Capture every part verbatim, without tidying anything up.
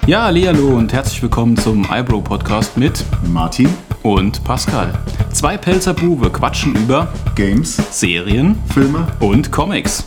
Ja, hallihallo und herzlich willkommen zum iBro Podcast mit Martin und Pascal. Zwei Pelzer Bube quatschen über Games, Serien, Filme und Comics.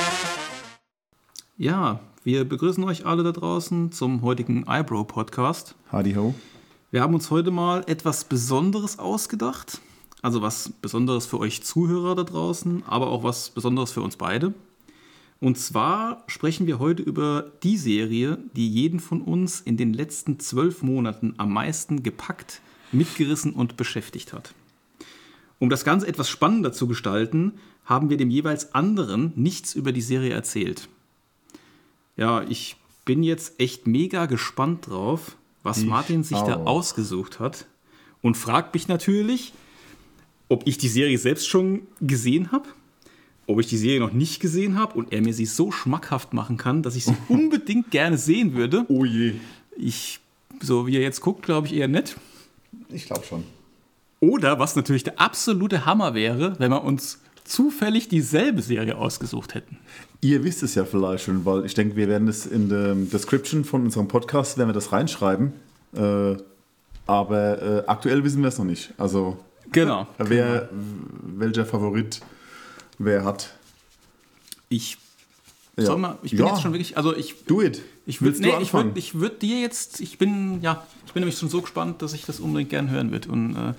Ja, wir begrüßen euch alle da draußen zum heutigen iBro Podcast. Hadi ho. Wir haben uns heute mal etwas Besonderes ausgedacht. Also was Besonderes für euch Zuhörer da draußen, aber auch was Besonderes für uns beide. Und zwar sprechen wir heute über die Serie, die jeden von uns in den letzten zwölf Monaten am meisten gepackt, mitgerissen und beschäftigt hat. Um das Ganze etwas spannender zu gestalten, haben wir dem jeweils anderen nichts über die Serie erzählt. Ja, ich bin jetzt echt mega gespannt drauf, was Ich Martin sich auch. da ausgesucht hat. Und fragt mich natürlich, ob ich die Serie selbst schon gesehen habe, ob ich die Serie noch nicht gesehen habe und er mir sie so schmackhaft machen kann, dass ich sie unbedingt gerne sehen würde. Oh je. Ich, so wie er jetzt guckt, glaube ich eher nicht. Ich glaube schon. Oder, was natürlich der absolute Hammer wäre, wenn wir uns zufällig dieselbe Serie ausgesucht hätten. Ihr wisst es ja vielleicht schon, weil ich denke, wir werden das in der Description von unserem Podcast, werden wir das reinschreiben. Äh, aber äh, aktuell wissen wir es noch nicht. Also Genau. wer, welcher Favorit wer hat. Ich, Ja. soll mal, ich bin Ja. jetzt schon wirklich, also ich, Do it. ich würde Willst nee, du ich anfangen? würd, ich würd dir jetzt, ich bin, ja, ich bin nämlich schon so gespannt, dass ich das unbedingt gern hören würde. Und äh,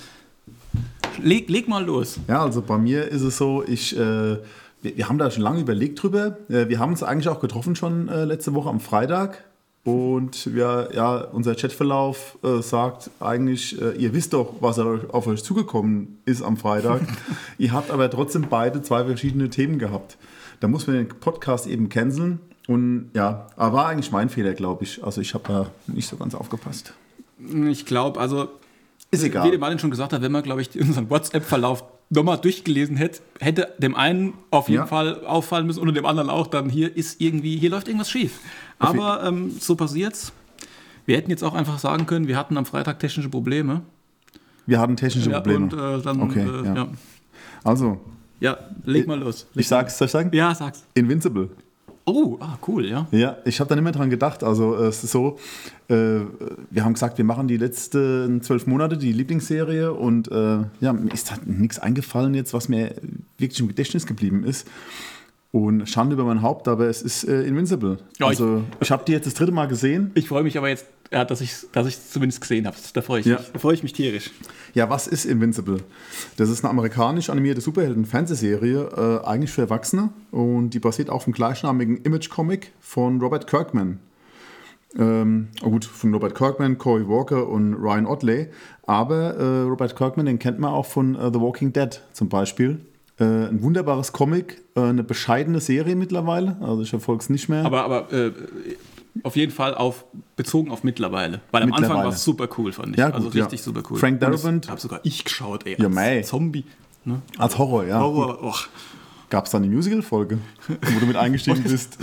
leg, leg mal los. Ja, also bei mir ist es so, ich, äh, wir, wir haben da schon lange überlegt drüber. Äh, wir haben uns eigentlich auch getroffen schon äh, letzte Woche am Freitag. Und wir, ja, unser Chatverlauf äh, sagt eigentlich, äh, ihr wisst doch, was auf euch zugekommen ist am Freitag. Ihr habt aber trotzdem beide zwei verschiedene Themen gehabt. Da muss man den Podcast eben canceln. Und ja, aber war eigentlich mein Fehler, glaube ich. Also ich habe da nicht so ganz aufgepasst. Ich glaube, also, Ist egal. wie der Martin schon gesagt hat, wenn man, glaube ich, unseren WhatsApp-Verlauf nochmal durchgelesen hätte, hätte dem einen auf jeden Ja. Fall auffallen müssen und dem anderen auch, dann hier ist irgendwie, hier läuft irgendwas schief. Aber ähm, so passiert's. Wir hätten jetzt auch einfach sagen können, wir hatten am Freitag technische Probleme. Wir hatten technische Ja, Probleme. und äh, dann, Okay, äh, ja. ja. Also, ja, leg mal los. Leg ich sag's, soll ich sagen? mal. Ja, sag's. Invincible. Oh, ah, cool, ja. Ja, ich habe da nicht mehr dran gedacht. Also äh, es ist so, äh, wir haben gesagt, wir machen die letzten zwölf Monate die Lieblingsserie und äh, ja, mir ist da nichts eingefallen jetzt, was mir wirklich im Gedächtnis geblieben ist. Und Schande über mein Haupt, aber es ist äh, Invincible. Ja, also ich, ich habe die jetzt das dritte Mal gesehen. Ich freue mich aber jetzt, ja, dass ich es dass ich's zumindest gesehen habe. Da freue ich Ja. mich. Da freue ich mich tierisch. Ja, was ist Invincible? Das ist eine amerikanisch animierte Superhelden-Fernsehserie, äh, eigentlich für Erwachsene. Und die basiert auf dem gleichnamigen Image-Comic von Robert Kirkman. Ähm, oh gut, von Robert Kirkman, Cory Walker und Ryan Ottley. Aber äh, Robert Kirkman, den kennt man auch von äh, The Walking Dead zum Beispiel. Äh, ein wunderbares Comic, äh, eine bescheidene Serie mittlerweile. Also ich verfolge es nicht mehr. Aber, aber äh, auf jeden Fall auf, bezogen auf mittlerweile. Weil am Anfang Mittlerweile. war es super cool, fand ich. Ja, gut, also richtig ja. super cool. Frank Und das Darabont. habe sogar ich geschaut, ey. Ja, als mei. Zombie. Ne? Als Horror, ja. Horror. Och. Gab es da eine Musical-Folge, wo du mit eingestiegen bist?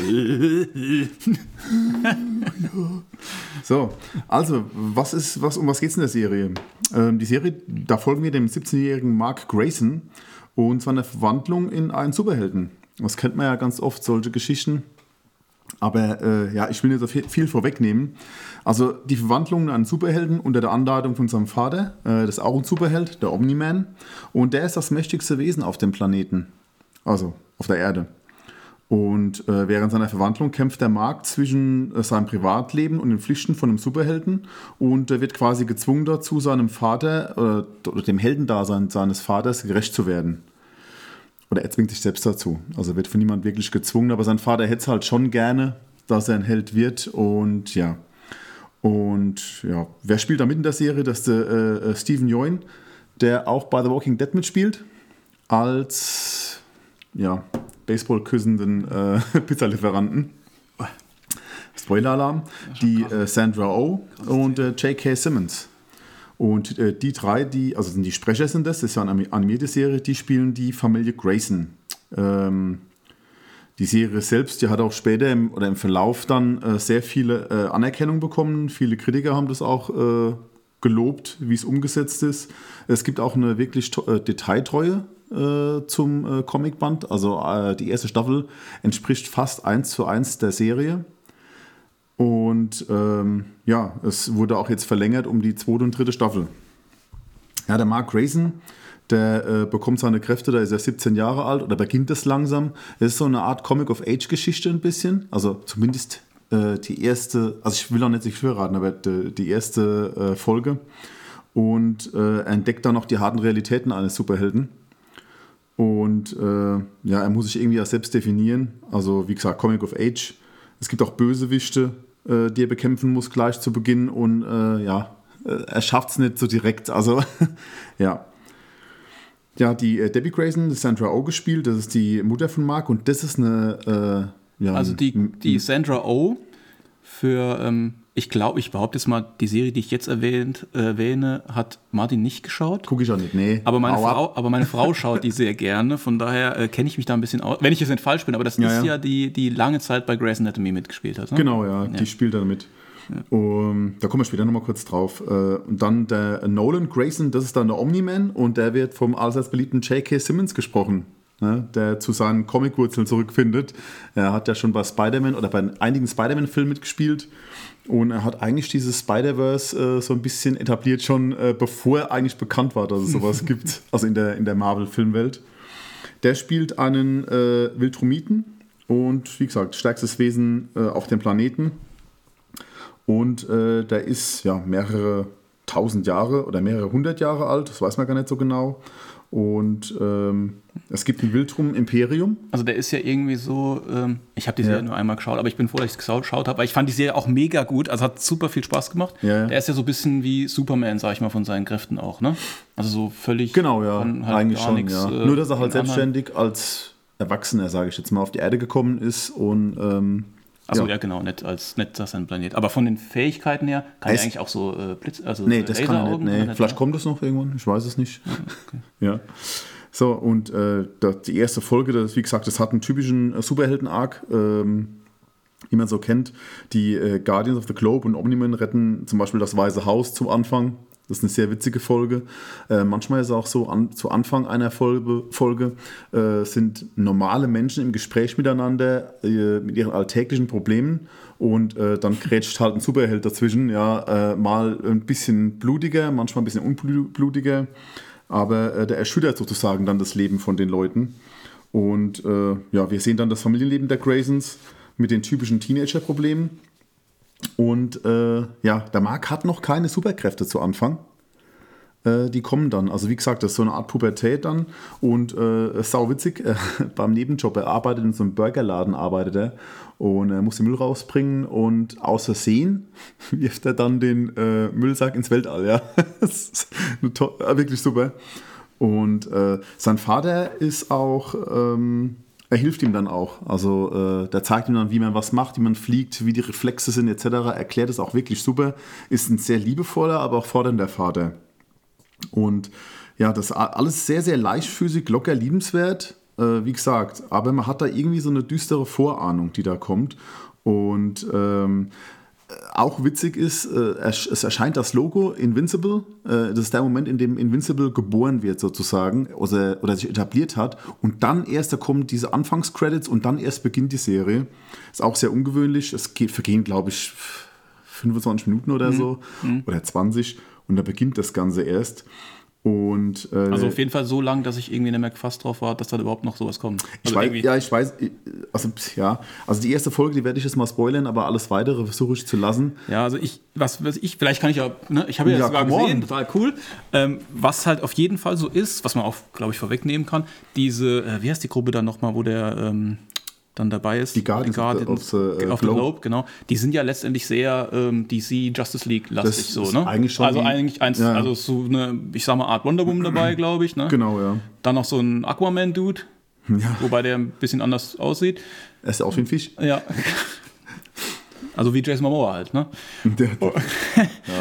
So, also, was ist, was, um was geht es in der Serie? Ähm, die Serie, da folgen wir dem siebzehnjährigen Mark Grayson und seiner Verwandlung in einen Superhelden. Das kennt man ja ganz oft, solche Geschichten. Aber äh, ja, ich will nicht so viel, viel vorwegnehmen. Also die Verwandlung in einen Superhelden unter der Anleitung von seinem Vater, äh, das ist auch ein Superheld, der Omni-Man. Und der ist das mächtigste Wesen auf dem Planeten, also auf der Erde. Und äh, während seiner Verwandlung kämpft der Mark zwischen äh, seinem Privatleben und den Pflichten von einem Superhelden und er wird quasi gezwungen dazu, seinem Vater äh, oder dem Heldendasein seines Vaters gerecht zu werden. Oder er zwingt sich selbst dazu. Also wird von niemand wirklich gezwungen, aber sein Vater hätte es halt schon gerne, dass er ein Held wird. Und ja, und ja, wer spielt da mit in der Serie? Das ist der äh, Steven Yeun, der auch bei The Walking Dead mitspielt, als ja, Baseball-küssenden äh, Pizzalieferanten. Spoiler-Alarm. Die äh, Sandra Oh und äh, J K. Simmons. Und äh, die drei, die, also sind die Sprecher sind das, das ist ja eine animierte Serie, die spielen die Familie Grayson. Ähm, die Serie selbst, die hat auch später im, oder im Verlauf dann äh, sehr viele äh, Anerkennung bekommen. Viele Kritiker haben das auch äh, gelobt, wie es umgesetzt ist. Es gibt auch eine wirklich to- äh, Detailtreue äh, zum äh, Comicband. Also äh, die erste Staffel entspricht fast eins zu eins der Serie. Und ähm, ja, es wurde auch jetzt verlängert um die zweite und dritte Staffel. Ja, der Mark Grayson, der äh, bekommt seine Kräfte, da ist er siebzehn Jahre alt oder beginnt das langsam. Es ist so eine Art Comic-of-Age-Geschichte ein bisschen, also zumindest äh, die erste, also ich will auch nicht so viel verraten, aber die, die erste äh, Folge. Und äh, er entdeckt dann noch die harten Realitäten eines Superhelden. Und äh, ja, er muss sich irgendwie auch selbst definieren. Also wie gesagt, Comic of Age. Es gibt auch Bösewichte, äh, die er bekämpfen muss gleich zu Beginn. Und äh, ja, äh, er schafft es nicht so direkt. Also ja. Ja, die äh, Debbie Grayson, das Sandra Oh gespielt. Das ist die Mutter von Mark. Und das ist eine... Äh, ja, also die, die Sandra Oh für... Ähm Ich glaube, ich behaupte jetzt mal, die Serie, die ich jetzt erwähnt, erwähne, hat Martin nicht geschaut. Gucke ich auch nicht, nee. Aber meine, Frau, aber meine Frau schaut die sehr gerne, von daher äh, kenne ich mich da ein bisschen aus. Wenn ich jetzt nicht falsch bin, aber das ja, ist ja, ja die, die lange Zeit bei Grey's Anatomy mitgespielt hat. Ne? Genau, ja, ja, die spielt da mit. Ja. Um, da kommen wir später nochmal kurz drauf. Und dann der Nolan Grayson, das ist dann der Omni-Man und der wird vom allseits beliebten J K. Simmons gesprochen. Ne, der zu seinen Comic-Wurzeln zurückfindet. Er hat ja schon bei Spider-Man oder bei einigen Spider-Man-Filmen mitgespielt und er hat eigentlich dieses Spider-Verse äh, so ein bisschen etabliert, schon äh, bevor er eigentlich bekannt war, dass es sowas gibt, also in der, in der Marvel-Filmwelt. Der spielt einen äh, Viltrumiten und wie gesagt, stärkstes Wesen äh, auf dem Planeten und äh, der ist ja mehrere tausend Jahre oder mehrere hundert Jahre alt, das weiß man gar nicht so genau. Und ähm, es gibt ein Wildrum-Imperium. Also der ist ja irgendwie so, ähm, ich habe die Serie ja. nur einmal geschaut, aber ich bin froh, dass ich es geschaut habe, weil ich fand die Serie auch mega gut, also hat super viel Spaß gemacht. Ja. Der ist ja so ein bisschen wie Superman, sag ich mal, von seinen Kräften auch, ne? Also so völlig... Genau, ja, halt eigentlich schon, nix, ja. Äh, nur, dass er halt selbstständig anderen. als Erwachsener, sage ich jetzt mal, auf die Erde gekommen ist und... Ähm, Achso, ja. ja genau, nicht als nicht das ein Planet. Aber von den Fähigkeiten her kann er eigentlich auch so äh, Blitz, also nee, das kann er nicht. Nee. Vielleicht nicht, kommt es noch irgendwann, ich weiß es nicht. Ja, okay. ja. So, und äh, die erste Folge, das, wie gesagt, das hat einen typischen äh, Superhelden-Arc, ähm, wie man so kennt. Die äh, Guardians of the Globe und Omni-Man retten zum Beispiel das Weiße Haus zum Anfang. Das ist eine sehr witzige Folge. Äh, manchmal ist es auch so, an, zu Anfang einer Folge, Folge äh, sind normale Menschen im Gespräch miteinander äh, mit ihren alltäglichen Problemen und äh, dann grätscht halt ein Superheld dazwischen. Ja, äh, mal ein bisschen blutiger, manchmal ein bisschen unblutiger, aber äh, der erschüttert sozusagen dann das Leben von den Leuten. Und äh, ja, wir sehen dann das Familienleben der Graysons mit den typischen Teenager-Problemen. Und äh, ja, der Mark hat noch keine Superkräfte zu Anfang. Äh, die kommen dann. Also wie gesagt, das ist so eine Art Pubertät dann. Und äh, sauwitzig, äh, beim Nebenjob, er arbeitet in so einem Burgerladen, arbeitet er. Und er muss den Müll rausbringen und aus Versehen wirft er dann den äh, Müllsack ins Weltall. Ja. Das ist to- wirklich super. Und äh, sein Vater ist auch... Ähm, Er hilft ihm dann auch. Also äh, der zeigt ihm dann, wie man was macht, wie man fliegt, wie die Reflexe sind et cetera. Erklärt es auch wirklich super. Ist ein sehr liebevoller, aber auch fordernder Vater. Und ja, das alles sehr, sehr leichtfüßig, locker, liebenswert. Äh, wie gesagt, aber man hat da irgendwie so eine düstere Vorahnung, die da kommt. Und ähm, auch witzig ist, äh, es erscheint das Logo Invincible. Äh, das ist der Moment, in dem Invincible geboren wird sozusagen oder, oder sich etabliert hat. Und dann erst, da kommen diese Anfangscredits und dann erst beginnt die Serie. Ist auch sehr ungewöhnlich. Es geht, vergehen, glaube ich, fünfundzwanzig Minuten oder so mhm. oder zwanzig und da beginnt das Ganze erst. Und, äh, also auf jeden Fall so lang, dass ich irgendwie nicht mehr gefasst drauf war, dass da überhaupt noch sowas kommt. Also ich weiß, ja, ich weiß, also ja, also die erste Folge, die werde ich jetzt mal spoilern, aber alles weitere versuche ich zu lassen. Ja, also ich, was, was ich, vielleicht kann ich ja, ne, ich habe ja, ja sogar gesehen, total cool. Ähm, was halt auf jeden Fall so ist, was man auch, glaube ich, vorwegnehmen kann, diese, äh, wie heißt die Gruppe dann nochmal, wo der ähm, dann dabei ist? Die Guardians, die Guardians of the, uh, of the Globe. Globe, genau. Die sind ja letztendlich sehr ähm, D C Justice League lastig so, ne? Eigentlich schon also die, eigentlich eins, ja. also so eine, ich sag mal, Art Wonder Woman dabei, glaube ich, ne? Genau, ja. Dann noch so ein Aquaman-Dude, ja. Wobei der ein bisschen anders aussieht. Er ist ja auch wie ein Fisch. Ja. Also wie Jason Momoa halt, ne? Der, ja,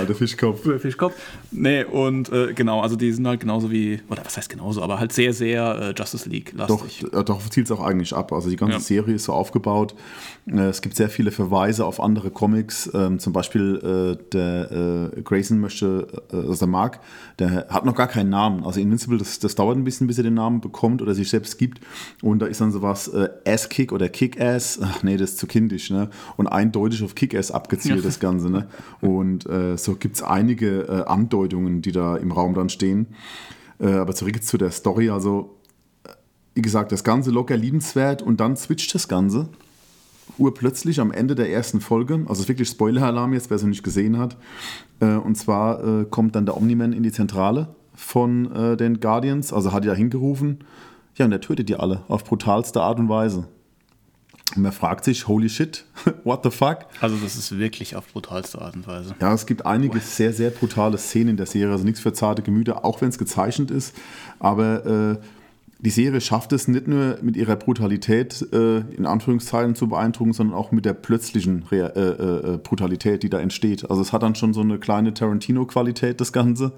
alter Fischkopf. Der Fischkopf. Nee, und äh, genau, also die sind halt genauso wie, oder was heißt genauso, aber halt sehr, sehr äh, Justice League-lastig. Doch, doch zielt es auch eigentlich ab. Also die ganze Ja. Serie ist so aufgebaut. Äh, es gibt sehr viele Verweise auf andere Comics. Ähm, zum Beispiel äh, der äh, Grayson möchte, äh, also der Mark, der hat noch gar keinen Namen. Also Invincible, das, das dauert ein bisschen, bis er den Namen bekommt oder sich selbst gibt. Und da ist dann sowas äh, Ass-Kick oder Kick-Ass. Ach nee, das ist zu kindisch. Ne? Und eindeutig auf Kick-Ass abgezielt, ja. Das Ganze. Ne? Und äh, so gibt es einige äh, Andeutungen, die da im Raum dann stehen. Äh, aber zurück jetzt zu der Story. Also, wie gesagt, das Ganze locker liebenswert und dann switcht das Ganze urplötzlich am Ende der ersten Folge. Also wirklich Spoiler-Alarm jetzt, wer es noch nicht gesehen hat. Äh, und zwar äh, kommt dann der Omni-Man in die Zentrale von äh, den Guardians. Also hat er hingerufen. Ja, und er tötet die alle auf brutalste Art und Weise. Und man fragt sich, holy shit, what the fuck? Also das ist wirklich auf brutalste Art und Weise. Ja, es gibt einige sehr, sehr brutale Szenen in der Serie, also nichts für zarte Gemüter, auch wenn es gezeichnet ist. Aber äh, die Serie schafft es nicht nur mit ihrer Brutalität äh, in Anführungszeichen zu beeindrucken, sondern auch mit der plötzlichen Re- äh, äh, Brutalität, die da entsteht. Also es hat dann schon so eine kleine Tarantino-Qualität, das Ganze.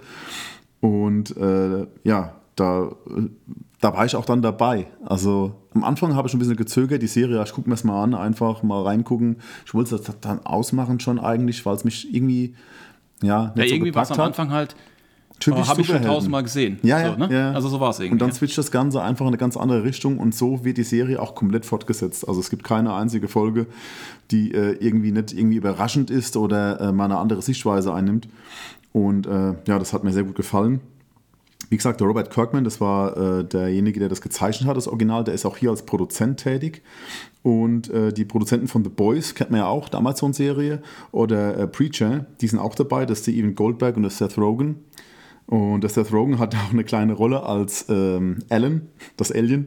Und äh, ja, da... Da war ich auch dann dabei. Also am Anfang habe ich ein bisschen gezögert, die Serie, ich gucke mir das mal an, einfach mal reingucken. Ich wollte das dann ausmachen schon eigentlich, weil es mich irgendwie, ja, nicht ja, so irgendwie war es am Anfang halt, oh, habe ich schon tausendmal gesehen. Ja, ja, so, ne? ja. Also so war es irgendwie. Und dann switcht das Ganze einfach in eine ganz andere Richtung und so wird die Serie auch komplett fortgesetzt. Also es gibt keine einzige Folge, die äh, irgendwie nicht irgendwie überraschend ist oder äh, mal eine andere Sichtweise einnimmt. Und äh, ja, das hat mir sehr gut gefallen. Wie gesagt, der Robert Kirkman, das war äh, derjenige, der das gezeichnet hat, das Original, der ist auch hier als Produzent tätig. Und äh, die Produzenten von The Boys kennt man ja auch, der Amazon-Serie, oder äh, Preacher, die sind auch dabei, das ist der Evan Goldberg und der Seth Rogen. Und der Seth Rogen hat auch eine kleine Rolle als ähm, Alan, das Alien.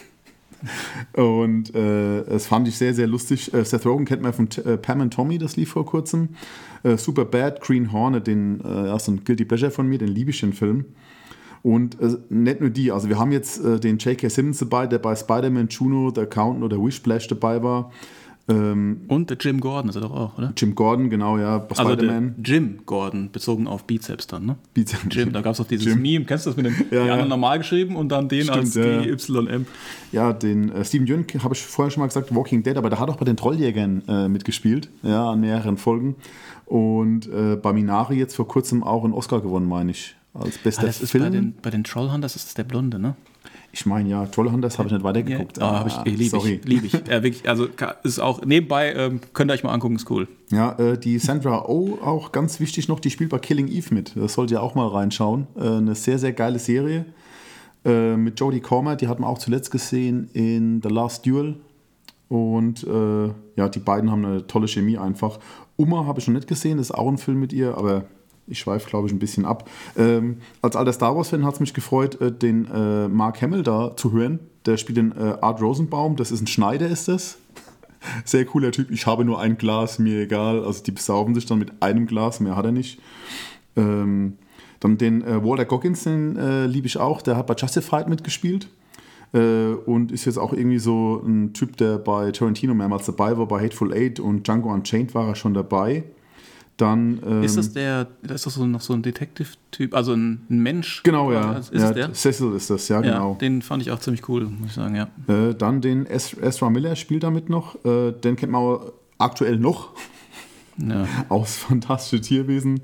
Und äh, das fand ich sehr, sehr lustig. Äh, Seth Rogen kennt man von äh, Pam and Tommy, das lief vor kurzem. Äh, Super Bad, Green Hornet, den, äh, ja, so ein Guilty Pleasure von mir, den liebe ich den Film. Und äh, nicht nur die, also wir haben jetzt äh, den J K. Simmons dabei, der bei Spider-Man, Juno, The Accountant oder Wishplash dabei war. Ähm, Und der Jim Gordon ist er doch auch, oder? Jim Gordon, genau, ja, bei also Spider-Man. Der Jim Gordon, bezogen auf Bizeps dann, ne? Bizeps. Jim, da gab es auch dieses Jim. Meme, kennst du das mit den ja, die ja. anderen normal geschrieben und dann den Stimmt, als ja. G Y M. Ja, den äh, Steven Yeun habe ich vorher schon mal gesagt, Walking Dead, aber der hat auch bei den Trolljägern äh, mitgespielt, ja, an mehreren Folgen. Und äh, bei Minari jetzt vor kurzem auch einen Oscar gewonnen, meine ich. Als bester ah, das ist Film. Bei den, bei den Trollhunters ist das der Blonde, ne? Ich meine, ja, Trollhunters habe ich nicht weitergeguckt. Ja, oh, hab ich, eh, liebe ich, lieb ich. Ja, wirklich, also ist auch nebenbei, ähm, könnt ihr euch mal angucken, ist cool. Ja, äh, die Sandra Oh, auch ganz wichtig noch, die spielt bei Killing Eve mit. Das sollt ihr auch mal reinschauen. Äh, eine sehr, sehr geile Serie äh, mit Jodie Comer, die hat man auch zuletzt gesehen in The Last Duel. Und äh, ja, die beiden haben eine tolle Chemie einfach. Uma habe ich noch nicht gesehen, das ist auch ein Film mit ihr, aber ich schweife, glaube ich, ein bisschen ab. Ähm, als alter Star Wars-Fan hat es mich gefreut, äh, den äh, Mark Hamill da zu hören. Der spielt den äh, Art Rosenbaum, das ist ein Schneider, ist das. Sehr cooler Typ. Ich habe nur ein Glas, mir egal. Also die besaufen sich dann mit einem Glas, mehr hat er nicht. Ähm, dann den äh, Walter Goggins, den äh, liebe ich auch. Der hat bei Justified mitgespielt. Äh, und ist jetzt auch irgendwie so ein Typ, der bei Tarantino mehrmals dabei war. Bei Hateful Eight und Django Unchained war er schon dabei. Dann, ähm, ist das der, da ist das so noch so ein Detective-Typ, also ein, ein Mensch? Genau, ja. Ist ja es der? Cecil ist das, ja, genau. Ja, den fand ich auch ziemlich cool, muss ich sagen, ja. Äh, dann den Ezra Miller spielt damit noch. Äh, den kennt man aktuell noch ja. aus Fantastische Tierwesen.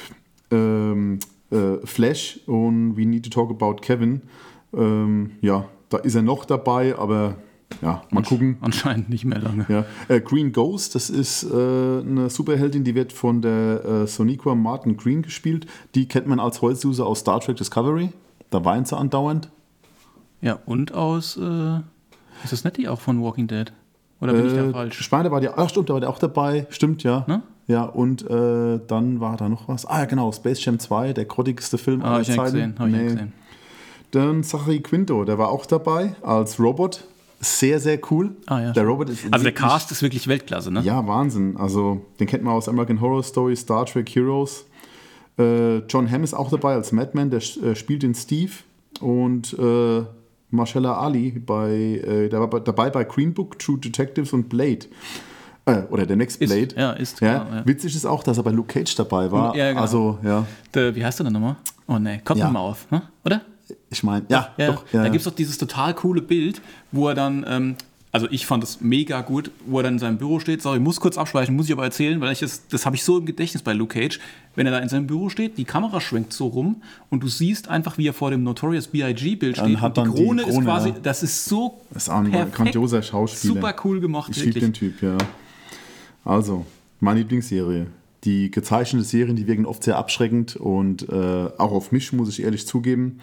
Ähm, äh, Flash und We Need to Talk About Kevin. Ähm, ja, da ist er noch dabei, aber ja, mal gucken. Anscheinend nicht mehr lange. Ja. Äh, Green Ghost, das ist äh, eine Superheldin, die wird von der äh, Sonequa Martin Green gespielt. Die kennt man als Holzsuse aus Star Trek Discovery. Da weint sie andauernd. Ja, und aus, äh, ist das nicht die auch von Walking Dead? Oder bin äh, ich da falsch? Spider war die, ach stimmt, da war der auch dabei. Stimmt, ja. Ne? Ja, und äh, dann war da noch was. Ah ja, genau, Space Jam zwei, der grottigste Film aller Zeiten. Habe ich nicht gesehen, hab ich nicht gesehen. Dann Zachary Quinto, der war auch dabei als Robot. Sehr, sehr cool. Ah, ja. Der Robot ist also der Cast ist wirklich Weltklasse, ne? Ja, Wahnsinn. Also den kennt man aus American Horror Story, Star Trek Heroes. Äh, John Hamm ist auch dabei als Madman, der äh, spielt den Steve. Und äh, Mahershala Ali, bei, äh, der war dabei bei Green Book, True Detectives und Blade. Äh, oder der Next Blade. Ist, ja, ist. Ja, Genau, ja. Witzig ist auch, dass er bei Luke Cage dabei war. Ja, genau. Also, ja. Der, wie heißt der denn nochmal? Oh ne, Cottonmouth, ja. ne? Oder? Ich meine, ja, ja, doch. Ja, da ja. gibt es doch dieses total coole Bild, wo er dann, ähm, also ich fand das mega gut, wo er dann in seinem Büro steht. Sorry, ich muss kurz abschweifen, muss ich aber erzählen, weil ich das, das habe ich so im Gedächtnis bei Luke Cage. Wenn er da in seinem Büro steht, die Kamera schwenkt so rum und du siehst einfach, wie er vor dem Notorious B I G-Bild Dann steht. hat Und die dann die Krone, ist Krone, quasi, ja. das ist so Das ist auch ein perfekt, grandioser Schauspieler. super cool gemacht, Ich liebe den Typ, ja. Also, meine Lieblingsserie. Die gezeichnete Serien, die wirken oft sehr abschreckend und äh, auch auf mich, muss ich ehrlich zugeben.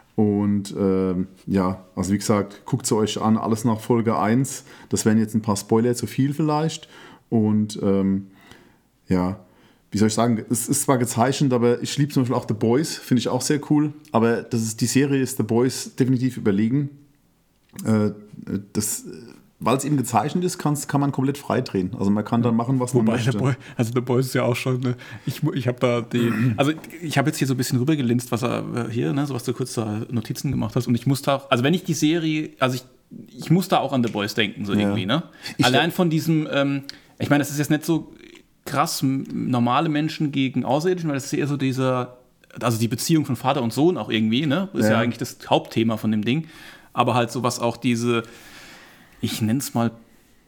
Und ähm, ja, also wie gesagt, guckt sie euch an, alles nach Folge eins. Das wären jetzt ein paar Spoiler zu viel vielleicht. Und ähm, ja, wie soll ich sagen, es ist zwar gezeichnet, aber ich liebe zum Beispiel auch The Boys, finde ich auch sehr cool. Aber das ist, die Serie ist The Boys definitiv überlegen. Äh, das... Weil es eben gezeichnet ist, kann man komplett frei drehen. Also man kann dann machen, was Wobei man möchte. Der Boy, also der Boy ist ja auch schon, ne, ich, ich habe da die, also ich habe jetzt hier so ein bisschen rübergelinst, was er hier, ne, so was du kurz da Notizen gemacht hast und ich musste auch, also wenn ich die Serie, also ich, ich muss da auch an The Boys denken, so Ja. irgendwie, ne? Ich Allein von diesem, ähm, ich meine, das ist jetzt nicht so krass m- normale Menschen gegen Außerirdischen, weil das ist eher so dieser, also die Beziehung von Vater und Sohn auch irgendwie, ne? Ist ja, Ja. eigentlich das Hauptthema von dem Ding, aber halt sowas auch diese, ich nenne es mal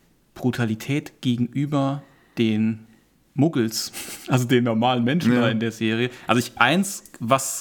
Brutalität gegenüber den Muggels, also den normalen Menschen Ja. da in der Serie. Also ich eins, was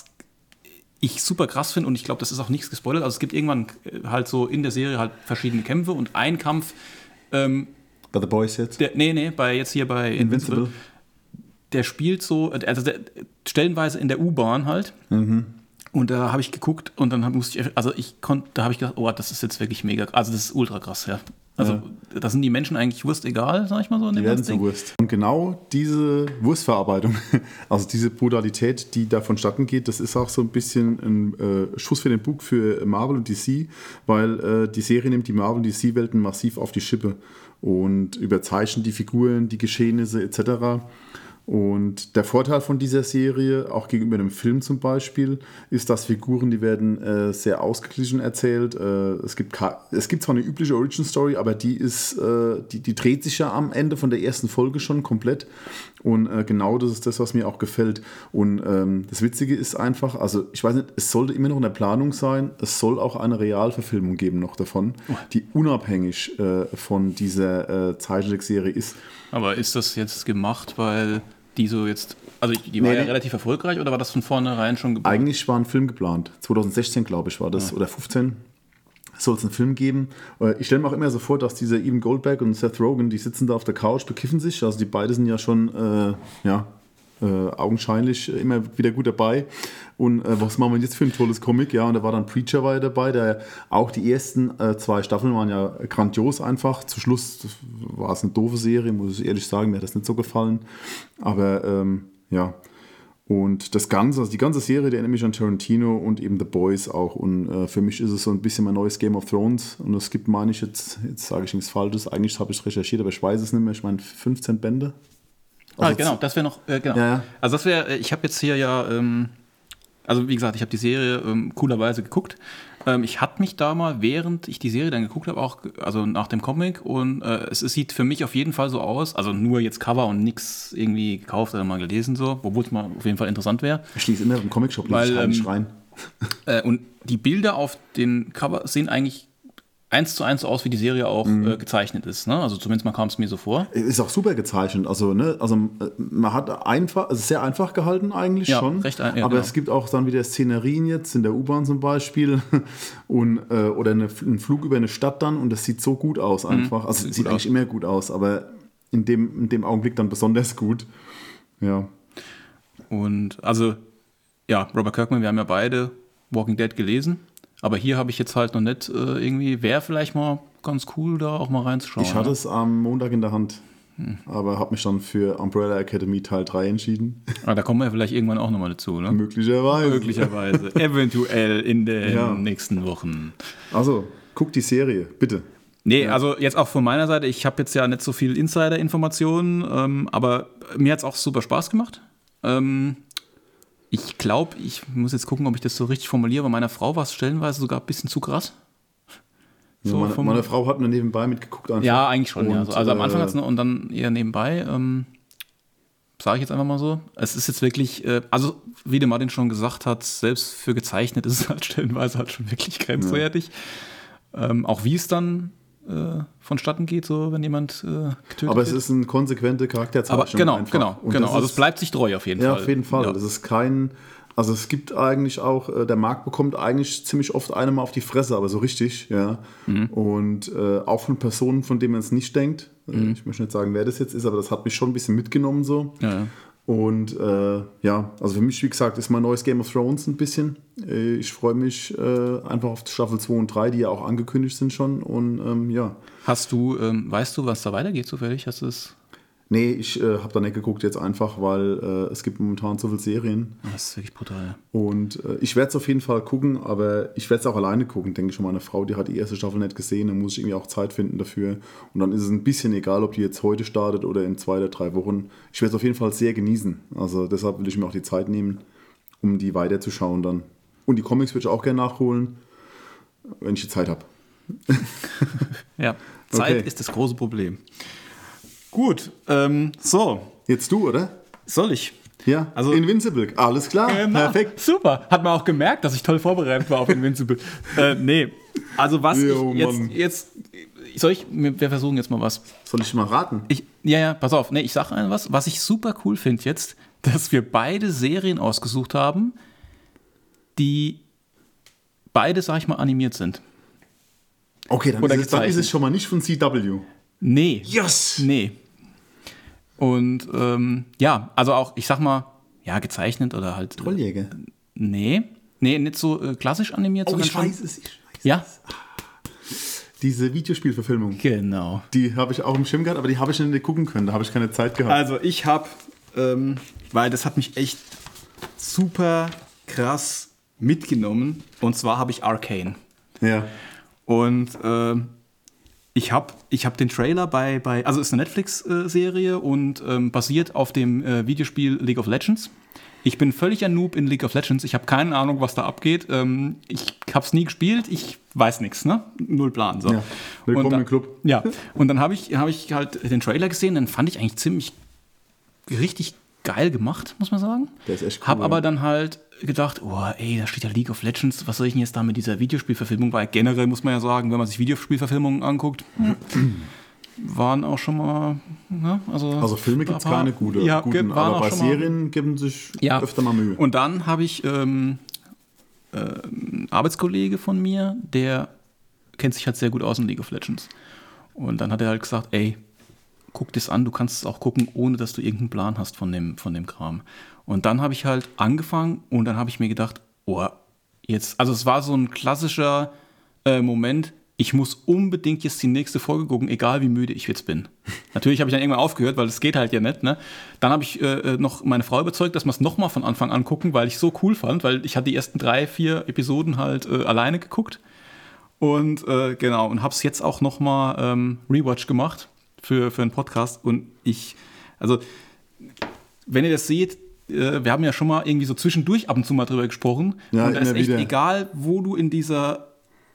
ich super krass finde und ich glaube, das ist auch nichts gespoilert, also es gibt irgendwann äh, halt so in der Serie halt verschiedene Kämpfe und ein Kampf, ähm, Bei The Boys jetzt? der, nee, nee, bei, jetzt hier bei Invincible, Invincible. der spielt so, also der, stellenweise in der U-Bahn halt. Mhm. Und da habe ich geguckt und dann hab, musste ich, also ich konnte, da habe ich gedacht, oh, das ist jetzt wirklich mega, also das ist ultra krass, ja. Also Ja. da sind die Menschen eigentlich Wurst egal, sag ich mal so. in Die dem werden ganzen zur Ding. Wurst. Und genau diese Wurstverarbeitung, also diese Brutalität, die da vonstatten geht, das ist auch so ein bisschen ein äh, Schuss für den Bug für Marvel und D C, weil äh, die Serie nimmt die Marvel und D C-Welten massiv auf die Schippe und überzeichnet die Figuren, die Geschehnisse et cetera. Und der Vorteil von dieser Serie, auch gegenüber dem Film zum Beispiel, ist, dass Figuren, die werden äh, sehr ausgeglichen erzählt. Äh, es, gibt ka- es gibt zwar eine übliche Origin-Story, aber die ist, äh, die, die dreht sich ja am Ende von der ersten Folge schon komplett. Und äh, genau das ist das, was mir auch gefällt. Und ähm, das Witzige ist einfach, also ich weiß nicht, es sollte immer noch in der Planung sein, es soll auch eine Realverfilmung geben noch davon, die unabhängig äh, von dieser äh, Zeichentrickserie ist. Aber ist das jetzt gemacht, weil die so jetzt, also die war Nee, ja nee. relativ erfolgreich oder war das von vornherein schon geplant? Eigentlich war ein Film geplant. zwanzig sechzehn, glaube ich, war das. Oder fünfzehn. Soll es einen Film geben. Äh, Ich stelle mir auch immer so vor, dass dieser Evan Goldberg und Seth Rogen, die sitzen da auf der Couch, bekiffen sich. Also die beiden sind ja schon, äh, ja, äh, augenscheinlich immer wieder gut dabei. Und äh, was machen wir jetzt für ein tolles Comic? Ja, und da war dann Preacher war ja dabei, der auch die ersten äh, zwei Staffeln waren ja grandios einfach. Zu Schluss das war es eine doofe Serie, muss ich ehrlich sagen, mir hat das nicht so gefallen. Aber ähm, ja. Und das Ganze, also die ganze Serie, die erinnert mich an Tarantino und eben The Boys auch. Und äh, für mich ist es so ein bisschen mein neues Game of Thrones. Und es gibt, meine ich jetzt, jetzt sage ich nichts Falsches, eigentlich habe ich es recherchiert, aber ich weiß es nicht mehr. Ich meine, fünfzehn Bände. Ah, Also genau, das wäre noch, äh, genau. Ja, ja. Also das wäre, ich habe jetzt hier ja, ähm, also wie gesagt, ich habe die Serie ähm, coolerweise geguckt. Ähm, ich hatte mich da mal, während ich die Serie dann geguckt habe, auch, also nach dem Comic und äh, es, es sieht für mich auf jeden Fall so aus, also nur jetzt Cover und nichts irgendwie gekauft oder mal gelesen so, obwohl es mal auf jeden Fall interessant wäre. Ich schließe immer im Comicshop Weil, lese ich heimlich ähm, rein. Äh, und die Bilder auf den Cover sehen eigentlich eins zu eins so aus, wie die Serie auch Mhm. äh, gezeichnet ist. Ne? Also zumindest mal kam es mir so vor. Ist auch super gezeichnet. Also, ne, also äh, man hat einfach, also sehr einfach gehalten eigentlich Ja, schon. recht ein- ja, aber genau. es gibt auch dann wieder Szenerien jetzt in der U-Bahn zum Beispiel und, äh, oder eine, einen Flug über eine Stadt dann und das sieht so gut aus einfach. Also sieht es sieht gut eigentlich aus. immer gut aus, aber in dem, in dem Augenblick dann besonders gut. Ja. Und also, ja, Robert Kirkman, wir haben ja beide Walking Dead gelesen. Aber hier habe ich jetzt halt noch nicht äh, irgendwie, wäre vielleicht mal ganz cool, da auch mal reinzuschauen. Ich hatte ne? es am Montag in der Hand, Hm. aber habe mich dann für Umbrella Academy Teil drei entschieden. Aber da kommen wir vielleicht irgendwann auch nochmal dazu, ne? Möglicherweise. Möglicherweise. Eventuell in den Ja. nächsten Wochen. Also, guck die Serie, bitte. Nee, also jetzt auch von meiner Seite, ich habe jetzt ja nicht so viel Insider-Informationen, ähm, aber mir hat es auch super Spaß gemacht. Ähm, ich glaube, ich muss jetzt gucken, ob ich das so richtig formuliere, aber meiner Frau war es stellenweise sogar ein bisschen zu krass. Ja, So meine, vom, meine Frau hat nur nebenbei mitgeguckt. Einfach. ja, eigentlich schon. Und, Ja. Also, also am Anfang äh, hat es noch und dann eher nebenbei. Ähm, Sage ich jetzt einfach mal so. Es ist jetzt wirklich, äh, also wie der Martin schon gesagt hat, selbst für gezeichnet ist es halt stellenweise halt schon wirklich grenzwertig. Ja. Ähm, auch wie es dann äh, vonstatten geht, so wenn jemand äh, getötet Aber es wird. ist eine konsequente Charakterzeichnung. Aber genau, einfach. genau, Und genau. das Also ist, es bleibt sich treu auf jeden ja, Fall. auf jeden Fall. Ja. Das ist kein, also es gibt eigentlich auch, äh, der Markt bekommt eigentlich ziemlich oft eine mal auf die Fresse, aber so richtig, ja. Mhm. Und äh, auch von Personen, von denen man es nicht denkt. Mhm. Ich möchte nicht sagen, wer das jetzt ist, aber das hat mich schon ein bisschen mitgenommen so. Ja, ja. Und äh, ja, also für mich, wie gesagt, ist mein neues Game of Thrones ein bisschen. Äh, ich freue mich äh, einfach auf Staffel zwei und drei, die ja auch angekündigt sind schon. Und ähm, ja. Hast du, ähm, weißt du, was da weitergeht zufällig? Hast du es? Nee, ich äh, habe da nicht geguckt jetzt einfach, weil äh, es gibt momentan so viele Serien. Das ist wirklich brutal. Und äh, ich werde es auf jeden Fall gucken, aber ich werde es auch alleine gucken, denke ich schon. Meine Frau, die hat die erste Staffel nicht gesehen, dann muss ich irgendwie auch Zeit finden dafür. Und dann ist es ein bisschen egal, ob die jetzt heute startet oder in zwei oder drei Wochen. Ich werde es auf jeden Fall sehr genießen. Also deshalb will ich mir auch die Zeit nehmen, um die weiterzuschauen dann. Und die Comics würde ich auch gerne nachholen, wenn ich die Zeit habe. Ja, Zeit Okay. ist das große Problem. Gut, ähm, so, Jetzt du, oder? soll ich? Ja, Also- Invincible, alles klar, Genau. perfekt. Super. Hat man auch gemerkt, dass ich toll vorbereitet war auf Invincible. äh, nee, also was Jo, ich jetzt, Mann. jetzt, soll ich, wir versuchen jetzt mal was. Soll ich mal raten? Ich, ja, ja, pass auf, nee, ich sag ein was, was ich super cool finde jetzt, dass wir beide Serien ausgesucht haben, die beide, sag ich mal, animiert sind. Okay, dann, Oder ist es, dann ist gezeichnet. es schon mal nicht von C W. Nee. Yes! Nee. Und ähm, ja, also auch, ich sag mal, ja, gezeichnet oder halt. Trolljäger. Nee. Nee, nicht so äh, klassisch animiert, Oh, sondern ich schon. weiß es, ich weiß Ja, Diese Videospielverfilmung, genau. die habe ich auch im Schirm gehabt, aber die habe ich nicht gucken können, da habe ich keine Zeit gehabt. Also ich habe, ähm, weil das hat mich echt super krass mitgenommen. Und zwar habe ich Arcane. Ja. Und ähm, ich habe ich hab den Trailer bei, bei, also es ist eine Netflix-Serie und ähm, basiert auf dem äh, Videospiel League of Legends. Ich bin völlig ein Noob in League of Legends. Ich habe keine Ahnung, was da abgeht. Ähm, ich habe es nie gespielt. Ich weiß nichts, ne? Null Plan. So. Ja. Willkommen Und da- im Club. Ja, und dann habe ich, hab ich halt den Trailer gesehen. Den fand ich eigentlich ziemlich richtig geil gemacht, muss man sagen. Der ist echt cool, Hab aber ja. dann halt gedacht, oh, ey, da steht ja League of Legends. Was soll ich denn jetzt da mit dieser Videospielverfilmung? Weil generell muss man ja sagen, wenn man sich Videospielverfilmungen anguckt, hm, waren auch schon mal, ne? Also, Also Filme gibt es ein paar- keine gute, ja, guten, waren aber auch bei schon mal- Serien geben sich Ja. öfter mal Mühe. Und dann habe ich ähm, äh, einen Arbeitskollege von mir, der kennt sich halt sehr gut aus in League of Legends. Und dann hat er halt gesagt, ey, guck das an, du kannst es auch gucken, ohne dass du irgendeinen Plan hast von dem, von dem Kram. Und dann habe ich halt angefangen und dann habe ich mir gedacht, oh, jetzt, also es war so ein klassischer äh, Moment, ich muss unbedingt jetzt die nächste Folge gucken, egal wie müde ich jetzt bin. Natürlich habe ich dann irgendwann aufgehört, weil es geht halt ja nicht. Ne? Dann habe ich äh, noch meine Frau überzeugt, dass wir es nochmal von Anfang an gucken, weil ich so cool fand, weil ich hatte die ersten drei, vier Episoden halt äh, alleine geguckt. Und äh, genau, und habe es jetzt auch nochmal ähm, Rewatch gemacht für, für einen Podcast. Und ich, also, wenn ihr das seht, äh, wir haben ja schon mal irgendwie so zwischendurch ab und zu mal drüber gesprochen. Ja, und da ist immer echt wieder. egal, wo du in dieser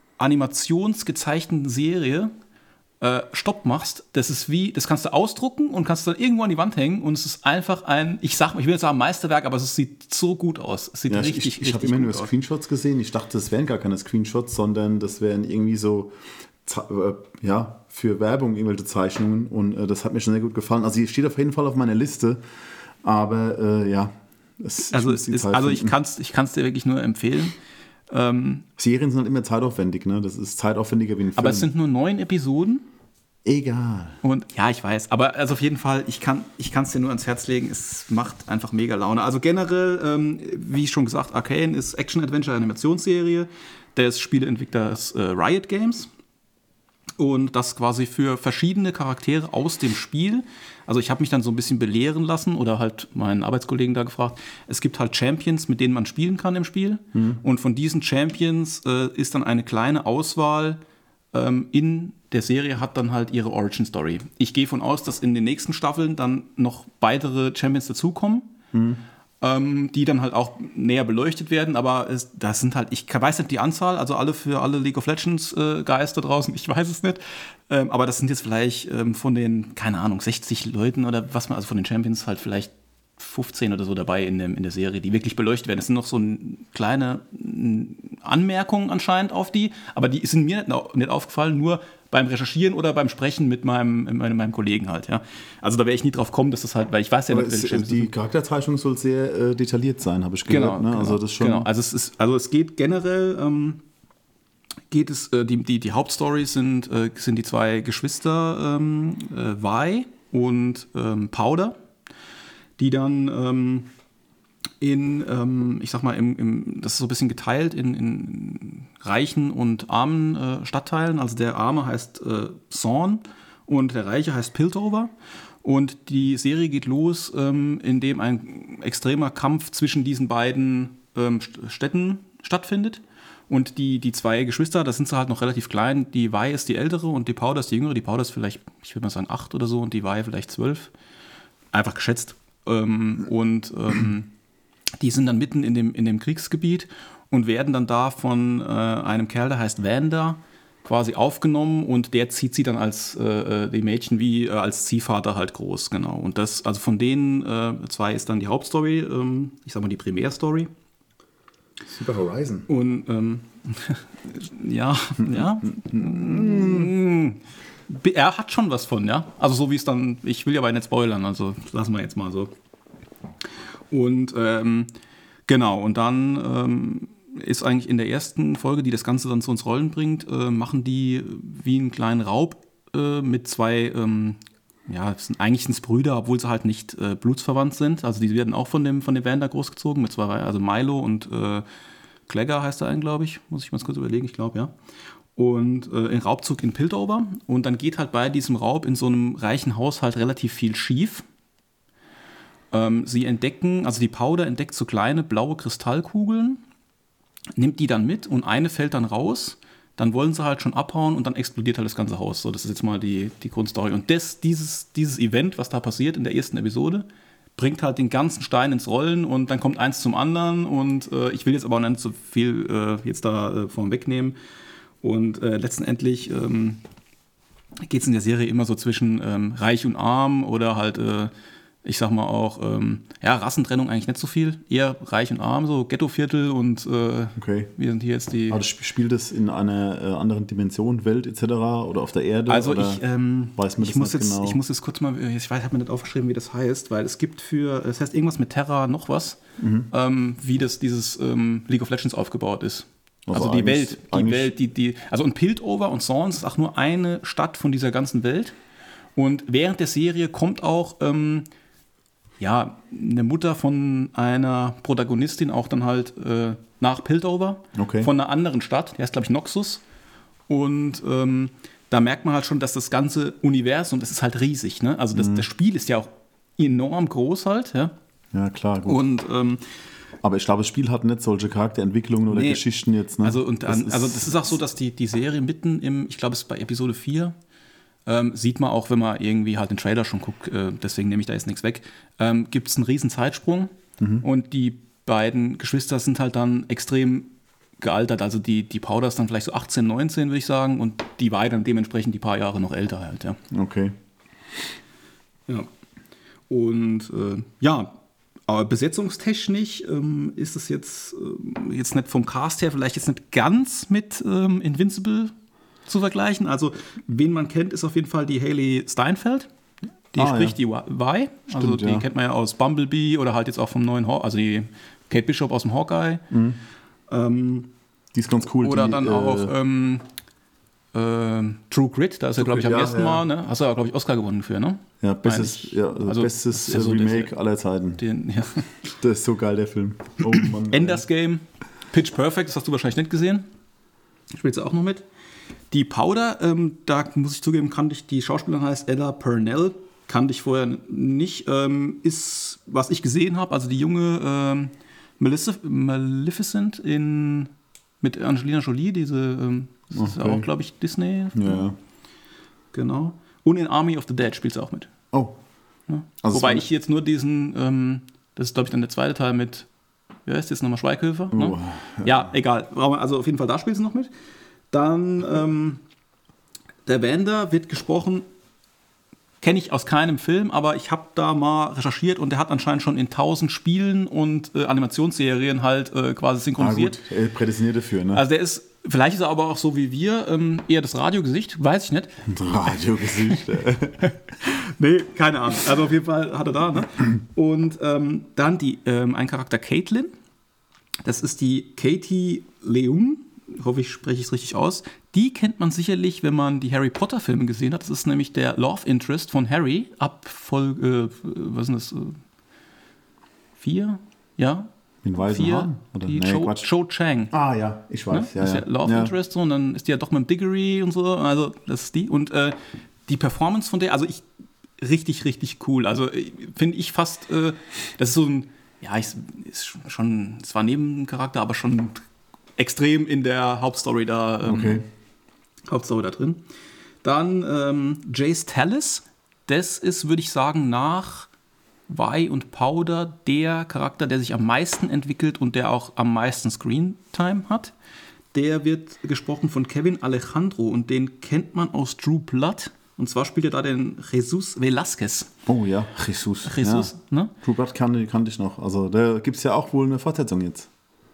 animationsgezeichneten Serie äh, Stopp machst, das ist wie, das kannst du ausdrucken und kannst dann irgendwo an die Wand hängen und es ist einfach ein, ich sag, ich will nicht sagen Meisterwerk, aber es sieht so gut aus. Es sieht Ja, ich richtig, ich, ich habe richtig immer nur gut aus. Screenshots gesehen. Ich dachte, das wären gar keine Screenshots, sondern das wären irgendwie so Ze- äh, ja, für Werbung irgendwelche Zeichnungen. Und äh, das hat mir schon sehr gut gefallen. Also, die steht auf jeden Fall auf meiner Liste. Aber äh, ja, es, Also, muss es die ist, Zeit also ich finden. kann es ich kann's dir wirklich nur empfehlen. Ähm, Serien sind halt immer zeitaufwendig, ne? Das ist zeitaufwendiger wie ein Film. aber es sind nur neun Episoden. egal. Und ja, ich weiß, aber also auf jeden Fall, ich kann ich es dir nur ans Herz legen, es macht einfach mega Laune. Also generell, ähm, wie schon gesagt, Arcane ist Action-Adventure-Animationsserie des Spieleentwicklers äh, Riot Games. Und das quasi für verschiedene Charaktere aus dem Spiel. Also ich habe mich dann so ein bisschen belehren lassen oder halt meinen Arbeitskollegen da gefragt. Es gibt halt Champions, mit denen man spielen kann im Spiel. Mhm. Und von diesen Champions äh, ist dann eine kleine Auswahl ähm, in der Serie, hat dann halt ihre Origin-Story. Ich gehe von aus, dass in den nächsten Staffeln dann noch weitere Champions dazukommen. Mhm. ähm, die dann halt auch näher beleuchtet werden, aber es, das sind halt, ich weiß nicht die Anzahl, also alle für alle League of Legends äh, Geister draußen, ich weiß es nicht, ähm, aber das sind jetzt vielleicht ähm, von den, keine Ahnung, sechzig Leuten oder was man, also von den Champions halt vielleicht fünfzehn oder so dabei in, dem, in der Serie, die wirklich beleuchtet werden. Es sind noch so ein, kleine n, Anmerkungen anscheinend auf die, aber die sind mir nicht, nicht aufgefallen, nur beim Recherchieren oder beim Sprechen mit meinem, mit meinem Kollegen halt, ja. Also da wäre ich nie drauf kommen, dass das halt, weil ich weiß ja Aber nicht, es, die Charakterzeichnung soll sehr äh, detailliert sein, habe ich gehört. Genau, ne? genau, also das schon. Genau, also es ist, also es geht generell, ähm, geht es, äh, die, die, die Hauptstory sind, äh, sind die zwei Geschwister ähm, äh, Vi und ähm, Powder, die dann ähm, in, ähm, ich sag mal, im, im, das ist so ein bisschen geteilt in, in reichen und armen äh, Stadtteilen. Also der Arme heißt äh, Thorn und der Reiche heißt Piltover. Und die Serie geht los, ähm, indem ein extremer Kampf zwischen diesen beiden ähm, Städten stattfindet. Und die, die zwei Geschwister, das sind sie halt noch relativ klein. Die Vi ist die ältere und die Powder ist die jüngere. Die Powder ist vielleicht, ich würde mal sagen, acht oder so und die Vi vielleicht zwölf. Einfach geschätzt. Ähm, und ähm, die sind dann mitten in dem, in dem Kriegsgebiet und werden dann da von äh, einem Kerl, der heißt Vander, quasi aufgenommen und der zieht sie dann als äh, die Mädchen wie äh, als Ziehvater halt groß, genau. Und das, also von denen äh, zwei ist dann die Hauptstory, ähm, ich sag mal die Primärstory. Super Horizon. Und ähm, ja, ja. Er hat schon was von, ja. Also so wie es dann, ich will ja aber nicht spoilern, also lassen wir jetzt mal so. Und ähm, genau, und dann ähm, ist eigentlich in der ersten Folge, die das Ganze dann zu uns Rollen bringt, äh, machen die wie einen kleinen Raub äh, mit zwei, ähm, ja, das sind eigentlich sind's Brüder, obwohl sie halt nicht äh, blutsverwandt sind. Also die werden auch von dem, von dem Vander großgezogen, mit zwei, also Milo und äh, Clegger heißt er einen, glaube ich. Muss ich mal kurz überlegen, ich glaube, ja. Und äh, in Raubzug in Piltover. Und dann geht halt bei diesem Raub in so einem reichen Haushalt relativ viel schief. Ähm, sie entdecken, also die Powder entdeckt so kleine blaue Kristallkugeln, nimmt die dann mit und eine fällt dann raus. Dann wollen sie halt schon abhauen und dann explodiert halt das ganze Haus. So, das ist jetzt mal die, die Grundstory. Und das, dieses, dieses Event, was da passiert in der ersten Episode, bringt halt den ganzen Stein ins Rollen und dann kommt eins zum anderen. Und äh, ich will jetzt aber auch nicht so viel äh, jetzt da äh, vorn wegnehmen. Und äh, letztendlich ähm, geht es in der Serie immer so zwischen ähm, reich und arm oder halt, äh, ich sag mal auch, ähm, ja, Rassentrennung eigentlich nicht so viel. Eher reich und arm, so Ghettoviertel und äh, okay. Wir sind hier jetzt die... Aber spielt es in einer äh, anderen Dimension, Welt et cetera oder auf der Erde? Also oder ich, ähm, weiß man ich, das muss nicht jetzt, genau? ich muss jetzt kurz mal, ich weiß, habe mir nicht aufgeschrieben, wie das heißt, weil es gibt für, es heißt irgendwas mit Terra noch was, mhm. ähm, wie das dieses ähm, League of Legends aufgebaut ist. Also, also die Welt, die Welt, die, die, also und Piltover und Thorns ist auch nur eine Stadt von dieser ganzen Welt. Und während der Serie kommt auch ähm, ja, eine Mutter von einer Protagonistin auch dann halt äh, nach Piltover, okay. von einer anderen Stadt, die heißt glaube ich Noxus. Und ähm, da merkt man halt schon, dass das ganze Universum, das ist halt riesig, ne? Also das, mhm. das Spiel ist ja auch enorm groß halt, ja. Ja, klar, gut. Und ähm, aber ich glaube, das Spiel hat nicht solche Charakterentwicklungen oder nee. Geschichten jetzt. Ne? Also, und dann, das also das ist auch so, dass die, die Serie mitten im, ich glaube, es ist bei Episode vier, ähm, sieht man auch, wenn man irgendwie halt den Trailer schon guckt, äh, deswegen nehme ich da jetzt nichts weg, ähm, gibt es einen riesen Zeitsprung mhm. und die beiden Geschwister sind halt dann extrem gealtert. Also die, die Powder ist dann vielleicht so achtzehn, neunzehn, würde ich sagen, und die war dann dementsprechend die paar Jahre noch älter halt, ja. Okay. Ja. Und äh, ja, aber besetzungstechnisch ähm, ist es jetzt, ähm, jetzt nicht vom Cast her vielleicht jetzt nicht ganz mit ähm, Invincible zu vergleichen. Also, wen man kennt, ist auf jeden Fall die Hayley Steinfeld. Die ah, spricht ja. die Vi. Also, Stimmt, die ja. kennt man ja aus Bumblebee oder halt jetzt auch vom neuen Hawkeye, also die Kate Bishop aus dem Hawkeye. Mhm. Ähm, die ist ganz cool. Oder die, dann äh, auch ähm, äh, True Grit, da ist er, glaube ich, am ja, ersten ja. Mal, ne? Hast du ja, glaube ich, Oscar gewonnen für, ne? Ja, bestes, ja, also also, bestes ja so Remake das, aller Zeiten. Den, ja. Das ist so geil, der Film. Oh Mann. Enders Game, Pitch Perfect, das hast du wahrscheinlich nicht gesehen. Spielst du auch noch mit? Die Powder, ähm, da muss ich zugeben, kannte ich, die Schauspielerin heißt Ella Purnell, kannte ich vorher nicht. Ähm, ist, was ich gesehen habe, also die junge ähm, Melissa, Maleficent in, mit Angelina Jolie, diese, ähm, das okay. ist ja auch, glaube ich, Disney. Ja. Genau. Und in Army of the Dead spielt sie auch mit. Oh. Ja. Wobei ich jetzt nur diesen, ähm, Das ist, glaube ich, dann der zweite Teil mit, wer ist jetzt nochmal, Schweighöfer? Ne? Oh, ja. ja, egal. Also auf jeden Fall, da spielt sie noch mit. Dann ähm, der Vander wird gesprochen, kenne ich aus keinem Film, aber ich habe da mal recherchiert und der hat anscheinend schon in tausend Spielen und äh, Animationsserien halt äh, quasi synchronisiert. Ah, gut, er prädestiniert dafür, ne? Also der ist, vielleicht ist er aber auch so wie wir, ähm, eher das Radiogesicht, weiß ich nicht. Radiogesicht, Nee, keine Ahnung. Also auf jeden Fall hat er da, ne? Und ähm, dann die, ähm, ein Charakter Caitlin. Das ist die Katie Leung. Ich hoffe, ich spreche es richtig aus. Die kennt man sicherlich, wenn man die Harry Potter Filme gesehen hat. Das ist nämlich der Love Interest von Harry ab Folge, äh, was ist das? Äh, vier? Ja? Den weißen vier, Haaren? Oder? Die Nee, Cho, Quatsch. Cho Chang. Ah ja, ich weiß. Ne? Ja, Das ist ja. ja Love ja. Interest so, und dann ist die ja doch mit dem Diggory und so. Also das ist die. Und äh, die Performance von der, also ich, richtig, richtig cool. Also finde ich fast, äh, das ist so ein, ja, ich, ist schon, zwar Nebencharakter, aber schon extrem in der Hauptstory da, ähm, Okay. Hauptstory da drin. Dann ähm, Jace Tallis, das ist, würde ich sagen, nach Vi und Powder der Charakter, der sich am meisten entwickelt und der auch am meisten Screentime hat. Der wird gesprochen von Kevin Alejandro und den kennt man aus True Blood. Und zwar spielt er da den Jesus Velasquez. Oh ja, Jesus. Jesus, ja. ne? True Blood kannte, kannte ich noch. Also da gibt es ja auch wohl eine Fortsetzung jetzt.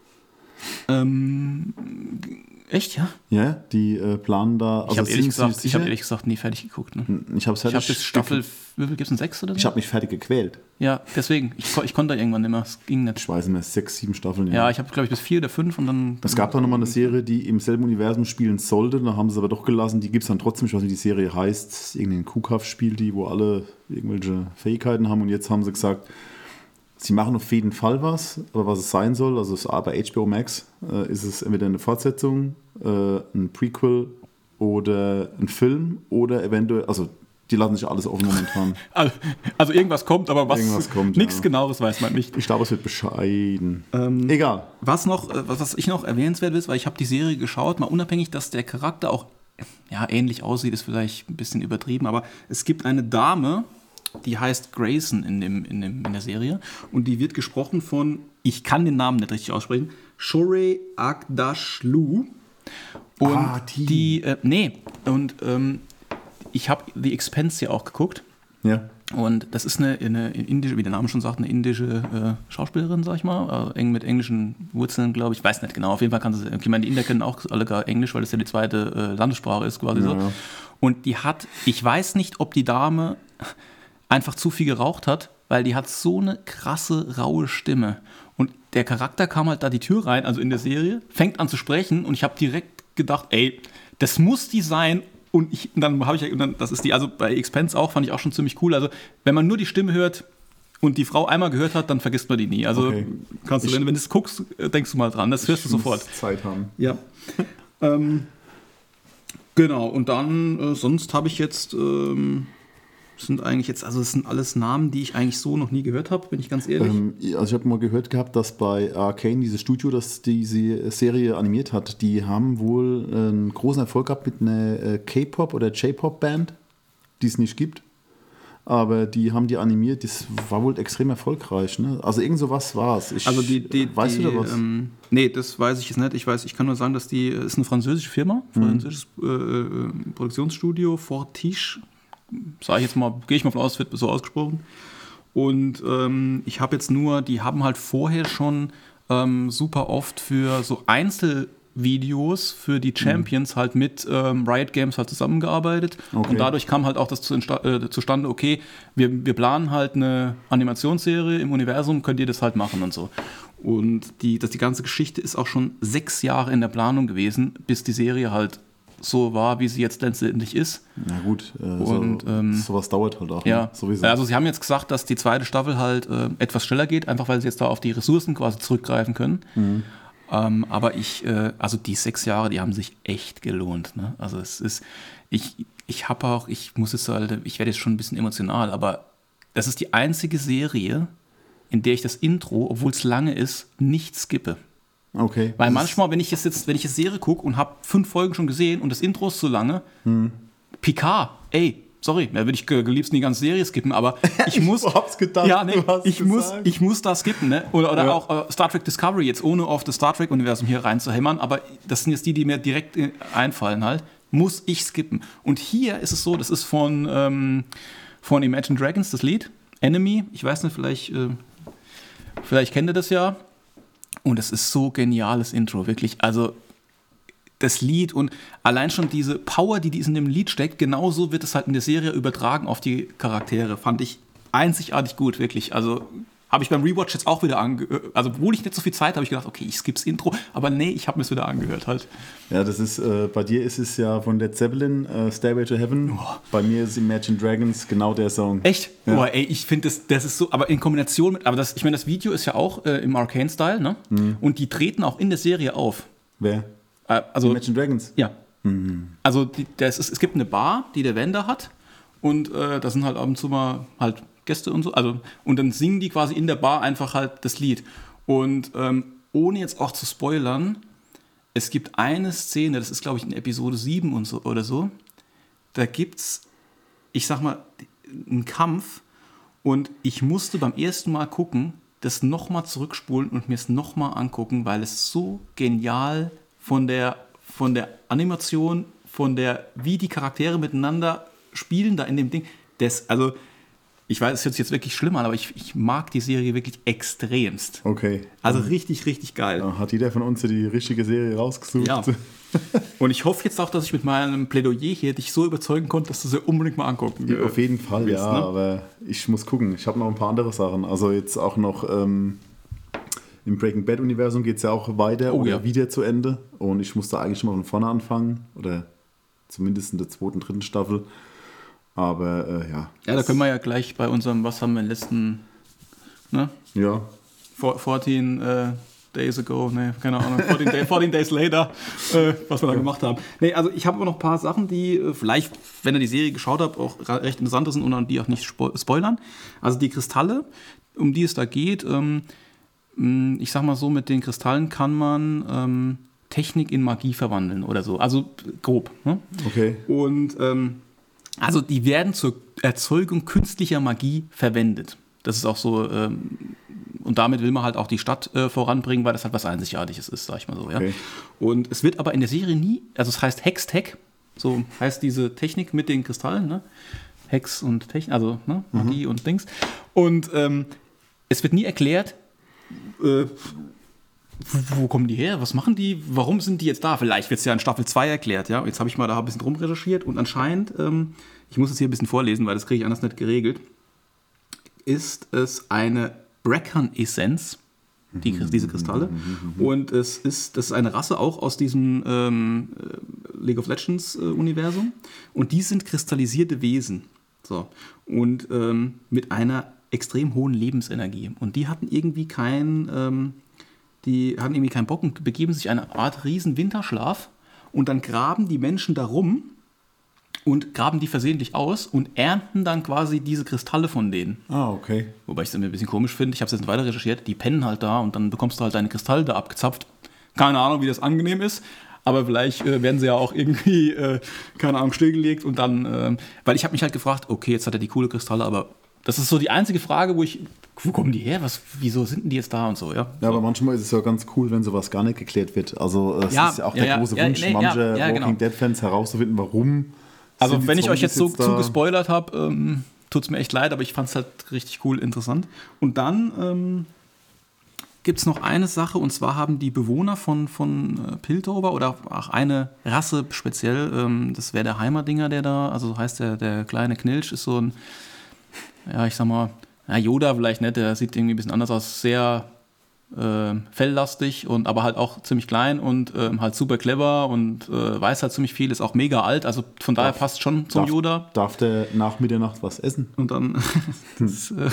Ähm, echt, ja? Ja, die äh, planen da. Also Ich habe ehrlich, sind sie gesagt, ich sicher? hab ehrlich gesagt nie fertig geguckt. Ne? Ich habe Ich habe bis Staffel, wie viel gibt es, ein sechs oder so? Ich habe mich fertig gequält. Ja, deswegen. Ich, ko- ich konnte da irgendwann nicht mehr. Es ging nicht. Ich weiß nicht mehr, sechs, sieben Staffeln. Ja, ich habe, glaube ich, bis vier oder fünf und dann. Es gab da nochmal eine Serie, die im selben Universum spielen sollte, da haben sie es aber doch gelassen. Die gibt es dann trotzdem, ich weiß nicht, wie die Serie heißt. Irgendein Kuhkaff spielt die, wo alle irgendwelche Fähigkeiten haben. Und jetzt haben sie gesagt, sie machen auf jeden Fall was, aber was es sein soll, also es ist bei H B O Max, äh, ist es entweder eine Fortsetzung, äh, ein Prequel oder ein Film oder eventuell, also die lassen sich alles offen momentan. Also, also irgendwas kommt, aber was. Irgendwas kommt, Nichts ja. Genaues weiß man nicht. Ich glaube, es wird bescheiden. Ähm, Egal. Was noch, äh, was was ich noch erwähnenswert ist, weil ich habe die Serie geschaut, mal unabhängig, dass der Charakter auch ja, ähnlich aussieht, ist vielleicht ein bisschen übertrieben, aber es gibt eine Dame, die heißt Grayson in, dem, in, dem, in der Serie und die wird gesprochen von, ich kann den Namen nicht richtig aussprechen, Shorey Agdashlu. Und Ah, die. die äh, nee, und ähm, ich habe The Expanse ja auch geguckt. Ja. Und das ist eine, eine indische, wie der Name schon sagt, eine indische äh, Schauspielerin, sag ich mal, äh, eng mit englischen Wurzeln, glaube ich. Ich weiß nicht genau. Auf jeden Fall kann sie, ich meine, die Inder kennen auch alle gar Englisch, weil das ja die zweite äh, Landessprache ist, quasi Ja, so. ja. Und die hat, ich weiß nicht, ob die Dame einfach zu viel geraucht hat, weil die hat so eine krasse, raue Stimme. Und der Charakter kam halt da die Tür rein, also in der Serie, fängt an zu sprechen und ich habe direkt gedacht, ey, das muss die sein. Und, ich, und dann habe ich ja, und dann, das ist die, also bei Expanse auch, fand ich auch schon ziemlich cool. Also, wenn man nur die Stimme hört und die Frau einmal gehört hat, dann vergisst man die nie. Also, Okay. kannst du, Ich- wenn, wenn du es guckst, denkst du mal dran, das hörst du Ich muss sofort. Zeit haben. Ja. ähm, genau, und dann, äh, sonst habe ich jetzt, ähm, sind eigentlich jetzt, also es sind alles Namen, die ich eigentlich so noch nie gehört habe, bin ich ganz ehrlich. Ähm, also ich habe mal gehört gehabt, dass bei Arcane, dieses Studio, das diese Serie animiert hat, die haben wohl einen großen Erfolg gehabt mit einer äh, K-Pop- oder J-Pop-Band, die es nicht gibt. Aber die haben die animiert, das war wohl extrem erfolgreich. Ne? Also irgend sowas war es. Also die, die, weißt die, du da was? Ähm, nee, das weiß ich jetzt nicht. Ich weiß, ich kann nur sagen, dass die ist eine französische Firma, französisches äh, äh, Produktionsstudio, Fortiche, sage ich jetzt mal, gehe ich mal von aus, wird so ausgesprochen. Und ähm, ich habe jetzt nur, die haben halt vorher schon ähm, super oft für so Einzelvideos für die Champions halt mit ähm, Riot Games halt zusammengearbeitet. Okay. Und dadurch kam halt auch das zu, äh, zustande, okay, wir, wir planen halt eine Animationsserie im Universum, könnt ihr das halt machen und so. Und die, das, die ganze Geschichte ist auch schon sechs Jahre in der Planung gewesen, bis die Serie halt so war, wie sie jetzt letztendlich ist. Na gut, äh, Und, so, ähm, sowas dauert halt auch. Ja, Ne? Sowieso. also sie haben jetzt gesagt, dass die zweite Staffel halt äh, etwas schneller geht, einfach weil sie jetzt da auf die Ressourcen quasi zurückgreifen können. Mhm. Ähm, aber ich, äh, also die sechs Jahre, die haben sich echt gelohnt. Ne? Also es ist, ich, ich habe auch, ich muss es halt, ich werde jetzt schon ein bisschen emotional, aber das ist die einzige Serie, in der ich das Intro, obwohl es lange ist, nicht skippe. Okay. Weil Das manchmal, wenn ich jetzt, jetzt wenn ich jetzt Serie gucke und habe fünf Folgen schon gesehen und das Intro ist so lange, Hm. Picard, ey, sorry, da würde ich ge- liebsten die ganze Serie skippen, aber ich muss, ich hab's gedacht, ja, nee, du hast ich, muss, gesagt. ich muss da skippen, ne? Oder, oder Ja. auch äh, Star Trek Discovery, jetzt ohne auf das Star Trek-Universum hier reinzuhämmern, aber das sind jetzt die, die mir direkt äh, einfallen halt, muss ich skippen. Und hier ist es so, das ist von, ähm, von Imagine Dragons, das Lied, Enemy, ich weiß nicht, vielleicht, äh, vielleicht kennt ihr das ja. Und es ist so geniales Intro, wirklich, also das Lied und allein schon diese Power, die in dem Lied steckt, genauso wird es halt in der Serie übertragen auf die Charaktere. Fand ich einzigartig gut, wirklich. Also habe ich beim Rewatch jetzt auch wieder angehört. Also obwohl ich nicht so viel Zeit habe, habe ich gedacht, okay, ich skipp's Intro. Aber nee, ich habe mir es wieder angehört halt. Ja, das ist, äh, bei dir ist es ja von Led Zeppelin, äh, Stairway to Heaven. Oh. Bei mir ist Imagine Dragons genau der Song. Echt? Ja. Boah, ey, ich finde das, das ist so, aber in Kombination mit, aber das, ich meine, das Video ist ja auch äh, im Arcane-Style, ne? Mhm. Und die treten auch in der Serie auf. Wer? Also, Imagine Dragons? Ja. Mhm. Also die, das ist, es gibt eine Bar, die der Wender hat und äh, da sind halt ab und zu mal halt Gäste und so. Also, und dann singen die quasi in der Bar einfach halt das Lied. Und ähm, ohne jetzt auch zu spoilern, es gibt eine Szene, das ist glaube ich in Episode sieben und so, oder so, da gibt's, ich sag mal, einen Kampf und ich musste beim ersten Mal gucken, das nochmal zurückspulen und mir es nochmal angucken, weil es so genial von der, von der Animation, von der, wie die Charaktere miteinander spielen da in dem Ding. Das, also, ich weiß, es hört sich jetzt wirklich schlimm an, aber ich, ich mag die Serie wirklich extremst. Okay. Also richtig, richtig geil. Ja, hat jeder von uns die richtige Serie rausgesucht? Ja. Und ich hoffe jetzt auch, dass ich mit meinem Plädoyer hier dich so überzeugen konnte, dass du sie unbedingt mal angucken Ja, auf jeden Fall, willst, ja. ne? Aber ich muss gucken. Ich habe noch ein paar andere Sachen. Also jetzt auch noch... Ähm Im Breaking Bad-Universum geht es ja auch weiter Oh, oder ja. wieder zu Ende. Und ich musste eigentlich schon mal von vorne anfangen. Oder zumindest in der zweiten, dritten Staffel. Aber äh, ja. Ja, da können wir ja gleich bei unserem, was haben wir im letzten, ne? Ja. vierzehn äh, Days ago, ne, keine Ahnung, vierzehn, Day, vierzehn Days later, äh, was wir da gemacht haben. Nee, also ich habe aber noch ein paar Sachen, die äh, vielleicht, wenn ihr die Serie geschaut habt, auch recht interessant sind und die auch nicht spo- spoilern. Also die Kristalle, um die es da geht, ähm, ich sag mal so, mit den Kristallen kann man ähm, Technik in Magie verwandeln oder so. Also grob. Ne? Okay. Und ähm, also die werden zur Erzeugung künstlicher Magie verwendet. Das ist auch so, ähm, und damit will man halt auch die Stadt äh, voranbringen, weil das halt was Einzigartiges ist, sag ich mal so. Ja? Okay. Und es wird aber in der Serie nie, also es heißt Hextech, so heißt diese Technik mit den Kristallen, ne? Hex und Technik, also ne? Magie mhm. und Dings. Und ähm, es wird nie erklärt, Äh, wo, wo kommen die her? Was machen die? Warum sind die jetzt da? Vielleicht wird es ja in Staffel zwei erklärt. Ja? Jetzt habe ich mal da ein bisschen rumrecherchiert und anscheinend, ähm, ich muss es hier ein bisschen vorlesen, weil das kriege ich anders nicht geregelt, ist es eine Bracken-Essenz, die, diese Kristalle. Und es ist, das ist eine Rasse auch aus diesem ähm, League of Legends-Universum. Und die sind kristallisierte Wesen. So. Und ähm, mit einer extrem hohen Lebensenergie. Und die hatten irgendwie keinen, ähm, die hatten irgendwie keinen Bock und begeben sich in eine Art riesen Winterschlaf und dann graben die Menschen da rum und graben die versehentlich aus und ernten dann quasi diese Kristalle von denen. Ah, okay. Wobei ich es ein bisschen komisch finde, ich habe es jetzt weiter recherchiert, die pennen halt da und dann bekommst du halt deine Kristalle da abgezapft. Keine Ahnung, wie das angenehm ist, aber vielleicht äh, werden sie ja auch irgendwie, äh, keine Ahnung, stillgelegt und dann, äh, weil ich habe mich halt gefragt, okay, jetzt hat er die coole Kristalle, aber das ist so die einzige Frage, wo ich, wo kommen die her? Was, wieso sind denn die jetzt da und so, ja? Ja, aber manchmal ist es ja ganz cool, wenn sowas gar nicht geklärt wird. Also es Ja, ist ja auch ja, der ja, große ja, Wunsch nee, mancher ja, ja, genau. Walking Dead-Fans herauszufinden, warum. Also sind die wenn ich euch Zombies jetzt so da? zu gespoilert habe, ähm, tut es mir echt leid, aber ich fand es halt richtig cool, interessant. Und dann ähm, gibt es noch eine Sache, und zwar haben die Bewohner von, von äh, Piltover oder auch eine Rasse speziell, ähm, das wäre der Heimerdinger, der da, also so heißt der, der kleine Knilch, ist so ein, ja, ich sag mal, ja, Yoda vielleicht nicht, der sieht irgendwie ein bisschen anders aus, sehr äh, felllastig, und, aber halt auch ziemlich klein und äh, halt super clever und äh, weiß halt ziemlich viel, ist auch mega alt, also von daher Darf- passt schon zum darf, Yoda. Darf der nach Mitternacht was essen? Und dann, das, äh,